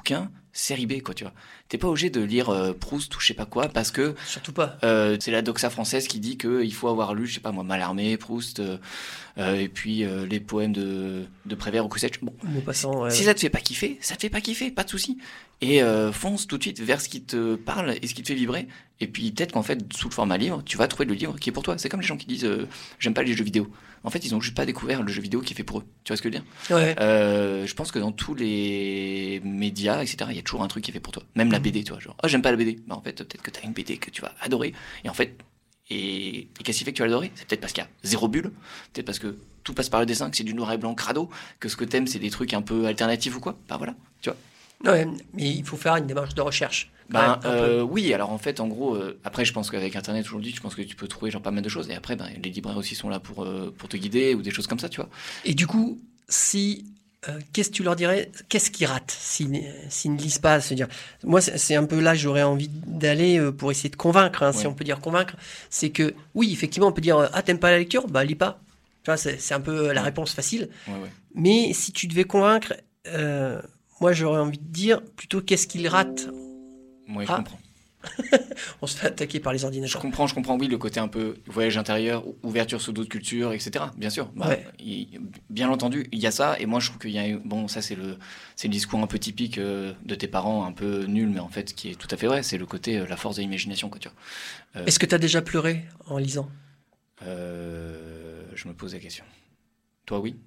série B, quoi, tu vois. T'es pas obligé de lire Proust ou je sais pas quoi, parce que Surtout pas. c'est la doxa française qui dit qu'il faut avoir lu, je sais pas moi, Mallarmé, Proust, et puis les poèmes de Prévert ou Coussetch. Bon, Maupassant, ouais. si ça te fait pas kiffer, ça te fait pas kiffer, pas de souci. Et fonce tout de suite vers ce qui te parle et ce qui te fait vibrer. Et puis peut-être qu'en fait, sous le format livre, tu vas trouver le livre qui est pour toi. C'est comme les gens qui disent j'aime pas les jeux vidéo. En fait, ils ont juste pas découvert le jeu vidéo qui est fait pour eux. Tu vois ce que je veux dire? Ouais. Je pense que dans tous les médias, etc., il y a toujours un truc qui est fait pour toi. Même la BD, tu vois, genre oh j'aime pas la BD. Bah en fait, peut-être que t'as une BD que tu vas adorer. Et en fait, et qu'est-ce qui fait que tu vas l'adorer? C'est peut-être parce qu'il y a zéro bulle, peut-être parce que tout passe par le dessin, que c'est du noir et blanc crado, que ce que t'aimes c'est des trucs un peu alternatifs ou quoi. Bah voilà, tu vois. Ouais, mais il faut faire une démarche de recherche. Ben, Ouais, un peu. oui, alors en fait, en gros, après, je pense qu'avec Internet aujourd'hui, je pense que tu peux trouver genre pas mal de choses. Et après, ben, les libraires aussi sont là pour te guider ou des choses comme ça, tu vois. Et du coup, si qu'est-ce que tu leur dirais? Qu'est-ce qu'ils ratent s'ils ne lisent pas? Se dire, moi, c'est un peu là que j'aurais envie d'aller pour essayer de convaincre, hein, si Ouais. on peut dire convaincre. C'est que oui, effectivement, on peut dire ah t'aimes pas la lecture, bah lis pas. Tu vois, c'est un peu la réponse facile. Ouais, ouais. Mais si tu devais convaincre, moi j'aurais envie de dire plutôt qu'est-ce qu'ils ratent. Ouais, je Ah. comprends. On se fait attaquer par les Je ordinateurs. comprends, oui, le côté un peu voyage intérieur, ouverture sur d'autres cultures, etc. Bien sûr. Bah, Ouais. bien entendu, il y a ça. Et moi, je trouve qu'il y a, bon, ça, c'est le discours un peu typique de tes parents, un peu nul, mais en fait, qui est tout à fait vrai. C'est le côté, la force de l'imagination, quoi, tu vois. Est-ce que tu as déjà pleuré en lisant? Je me pose la question. Toi, oui?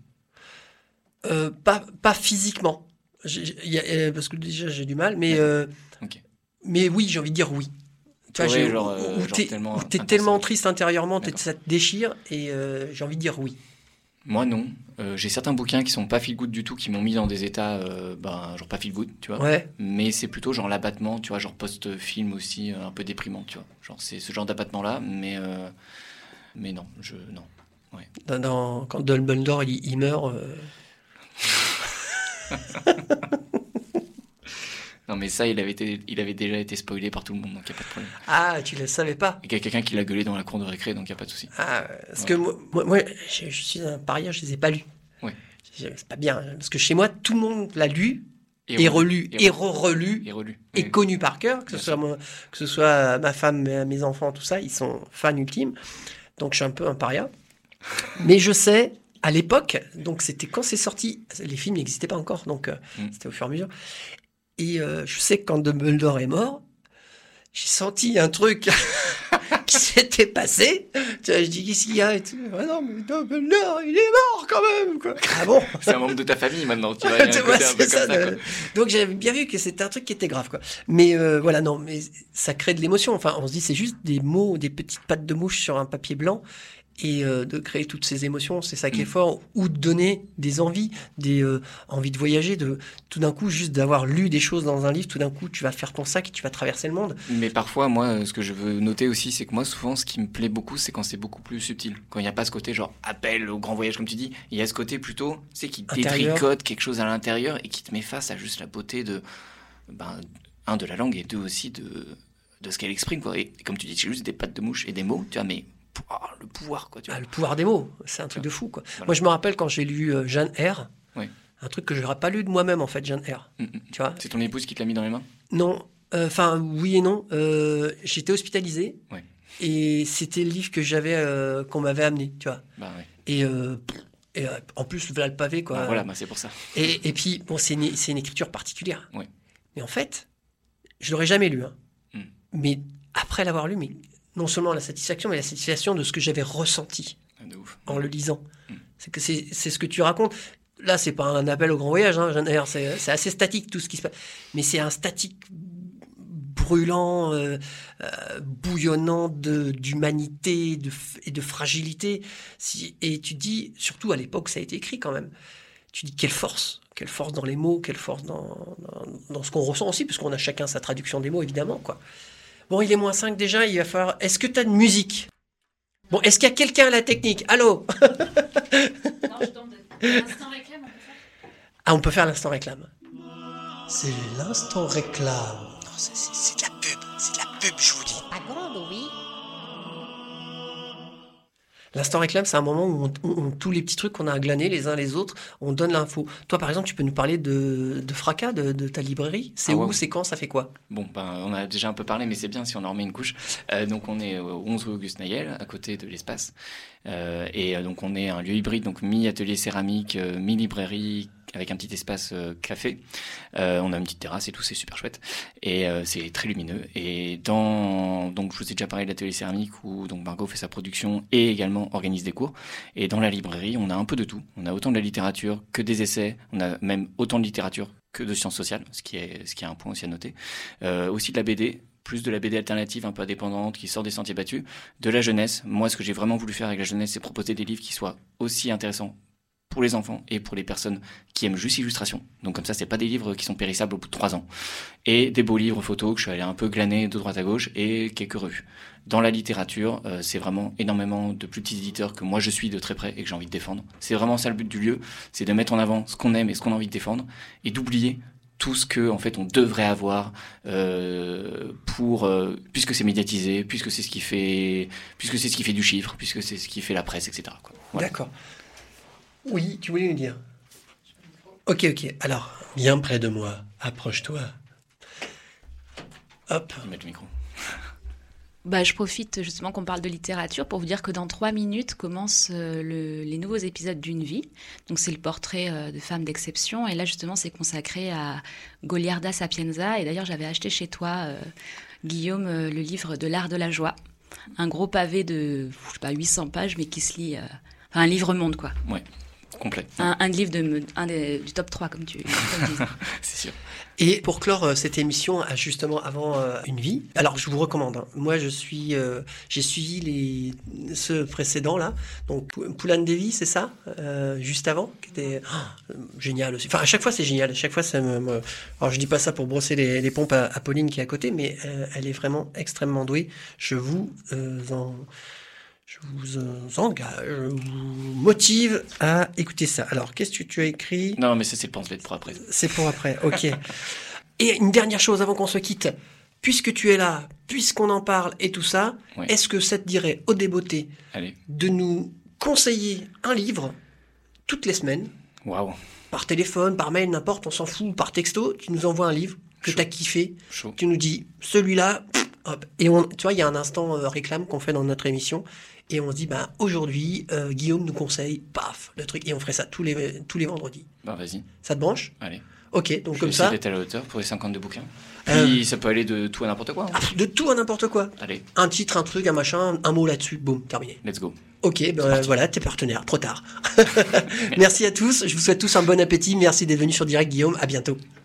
Pas physiquement. Parce que déjà j'ai du mal, mais, Ok. mais oui, j'ai envie de dire oui. Tu vois, Ouais, j'ai- genre, où genre t'es tellement où t'es intense. tellement triste intérieurement, D'accord. ça te déchire, et j'ai envie de dire oui. Moi, non. J'ai certains bouquins qui sont pas feel good du tout, qui m'ont mis dans des états, genre pas feel good, tu vois. Ouais. Mais c'est plutôt genre l'abattement, tu vois, genre post-film aussi, un peu déprimant, tu vois. Genre c'est ce genre d'abattement-là, mais non, non. Quand Dumbledore il meurt, Non, mais ça, il avait déjà été spoilé par tout le monde, donc y a pas de problème. ah, tu le savais pas. Il y a quelqu'un qui l'a gueulé dans la cour de récré, donc y a pas de souci. Ah, parce Ouais. que moi je suis un paria, je les ai pas lus. Ouais. C'est pas bien, parce que chez moi tout le monde l'a lu et relu et re-relu. Et relu. Et Oui. connu par cœur, que Bien ce soit moi, que ce soit ma femme, mes enfants, tout ça, ils sont fans ultimes. Donc je suis un peu un paria. Mais je sais, à l'époque, donc c'était quand c'est sorti, les films n'existaient pas encore, donc c'était au fur et à mesure. Et je sais que quand Dumbledore est mort, j'ai senti un truc qui s'était passé. Tu vois, je dis qu'est-ce qu'il y a et tout. Ah non, mais Dumbledore, il est mort quand même, quoi. Ah bon? C'est un membre de ta famille maintenant, tu vois. Il y a un Tu côté vois, un peu c'est ça, comme ça, quoi. Donc j'avais bien vu que c'était un truc qui était grave, quoi. Mais voilà, non, mais ça crée de l'émotion. Enfin, on se dit c'est juste des mots, des petites pattes de mouche sur un papier blanc, et de créer toutes ces émotions, c'est ça qui est fort. Ou de donner des envies, des envies de voyager, de tout d'un coup juste d'avoir lu des choses dans un livre, tout d'un coup tu vas faire ton sac et tu vas traverser le monde. Mais parfois, moi, ce que je veux noter aussi, c'est que moi, souvent, ce qui me plaît beaucoup, c'est quand c'est beaucoup plus subtil. Quand il n'y a pas ce côté, genre, appel au grand voyage, comme tu dis, il y a ce côté plutôt, tu sais, qui Intérieur. détricote quelque chose à l'intérieur et qui te met face à juste la beauté de, de la langue et deux aussi de ce qu'elle exprime, quoi. Et comme tu dis, c'est juste des pattes de mouche et des mots, tu vois, mais le pouvoir, quoi, tu vois. Ah, le pouvoir des mots, c'est un truc de fou, quoi. Voilà. Moi je me rappelle quand j'ai lu Jeanne R, Oui. un truc que je n'aurais pas lu de moi-même en fait, Jeanne R. Tu vois? C'est ton épouse qui te l'a mis dans les mains? Non, enfin oui et non. J'étais hospitalisé Ouais. et c'était le livre que j'avais, qu'on m'avait amené, tu vois. Bah ouais. Et en plus, voilà le pavé, quoi. Bah, voilà, c'est pour ça. Et puis, bon, c'est une écriture particulière. Ouais. Mais en fait, je l'aurais jamais lu. Hein. Mm. Mais après l'avoir lu, mais non seulement la satisfaction, mais la satisfaction de ce que j'avais ressenti De ouf. en le lisant. C'est que c'est ce que tu racontes. Là, c'est pas un appel au grand voyage. Hein. D'ailleurs, c'est assez statique tout ce qui se passe. Mais c'est un statique brûlant, bouillonnant d'humanité et de fragilité. Et tu dis, surtout à l'époque, ça a été écrit quand même. Tu dis quelle force dans les mots, quelle force dans ce qu'on ressent aussi, parce qu'on a chacun sa traduction des mots, évidemment, quoi. Bon, il est -5 déjà, il va falloir... Est-ce que tu as de musique? Bon, est-ce qu'il y a quelqu'un à la technique? Allô? Non, je tente de... L'instant réclame, on peut faire. Ah, on peut faire l'instant réclame. C'est l'instant réclame. Non, c'est de la pub, je vous dis. Pas grande, oui. L'instant réclame, c'est un moment où tous les petits trucs qu'on a glanés les uns les autres, on donne l'info. Toi, par exemple, tu peux nous parler de Fracas, de ta librairie. C'est où, c'est quand, ça fait quoi? Bon, on a déjà un peu parlé, mais c'est bien si on en remet une couche. Donc, on est au 11 rue Auguste Nayel, à côté de l'espace. Donc, on est un lieu hybride, donc mi-atelier céramique, mi-librairie, avec un petit espace café. On a une petite terrasse et tout, c'est super chouette. Et c'est très lumineux. Et donc, je vous ai déjà parlé de l'atelier céramique où donc Margot fait sa production et également organise des cours. Et dans la librairie, on a un peu de tout. On a autant de la littérature que des essais. On a même autant de littérature que de sciences sociales, ce qui est un point aussi à noter. Aussi de la BD. Plus de la BD alternative un peu indépendante qui sort des sentiers battus, de la jeunesse. Moi, ce que j'ai vraiment voulu faire avec la jeunesse, c'est proposer des livres qui soient aussi intéressants pour les enfants et pour les personnes qui aiment juste l'illustration. Donc comme ça, c'est pas des livres qui sont périssables au bout de 3 ans. Et des beaux livres photos que je suis allé un peu glaner de droite à gauche et quelques revues. Dans la littérature, c'est vraiment énormément de plus petits éditeurs que moi je suis de très près et que j'ai envie de défendre. C'est vraiment ça le but du lieu, c'est de mettre en avant ce qu'on aime et ce qu'on a envie de défendre et d'oublier tout ce que en fait on devrait avoir puisque c'est médiatisé, puisque c'est ce qui fait du chiffre, puisque c'est ce qui fait la presse, etc. quoi. Voilà. D'accord. Oui, tu voulais nous dire. Ok. Alors, viens près de moi. Approche-toi. Hop. Je vais mettre le micro. Je profite justement qu'on parle de littérature pour vous dire que dans 3 minutes commencent les nouveaux épisodes d'Une vie. Donc c'est le portrait de femmes d'exception. Et là justement c'est consacré à Goliarda Sapienza. Et d'ailleurs j'avais acheté chez toi, Guillaume, le livre de l'art de la joie. Un gros pavé de 800 pages mais qui se lit... un livre-monde quoi. Ouais, complet. Un livre du top 3 comme tu dis. C'est sûr. Et pour clore cette émission, justement avant Une vie, alors je vous recommande. Moi, j'ai suivi ceux précédents là. Donc Poulan Devi, c'est ça, juste avant, qui était génial aussi. Enfin, à chaque fois c'est génial. À chaque fois, alors je dis pas ça pour brosser les pompes à Pauline qui est à côté, mais elle est vraiment extrêmement douée. Je vous engage, je vous motive à écouter ça. Alors, qu'est-ce que tu as écrit? Non, mais ça, c'est le pamphlet pour après. C'est pour après, ok. Et une dernière chose avant qu'on se quitte. Puisque tu es là, puisqu'on en parle et tout ça, oui. Est-ce que ça te dirait, au débeauté, de nous conseiller un livre toutes les semaines? Waouh. Par téléphone, par mail, n'importe, on s'en fout, par texto, tu nous envoies un livre que tu as kiffé. Chaud. Tu nous dis, celui-là, hop. Et tu vois, il y a un instant réclame qu'on fait dans notre émission. Et on se dit, aujourd'hui, Guillaume nous conseille, paf, le truc. Et on ferait ça tous les vendredis. Vas-y. Ça te branche? Allez. Ok, donc je comme vais ça. essayer d'être à la hauteur pour les 52 bouquins. Puis ça peut aller de tout à n'importe quoi. De tout à n'importe quoi. Allez. Un titre, un truc, un machin, un mot là-dessus, boum, terminé. Let's go. Ok, voilà, t'es partenaire, trop tard. Merci à tous, je vous souhaite tous un bon appétit. Merci d'être venus sur Direct, Guillaume, à bientôt.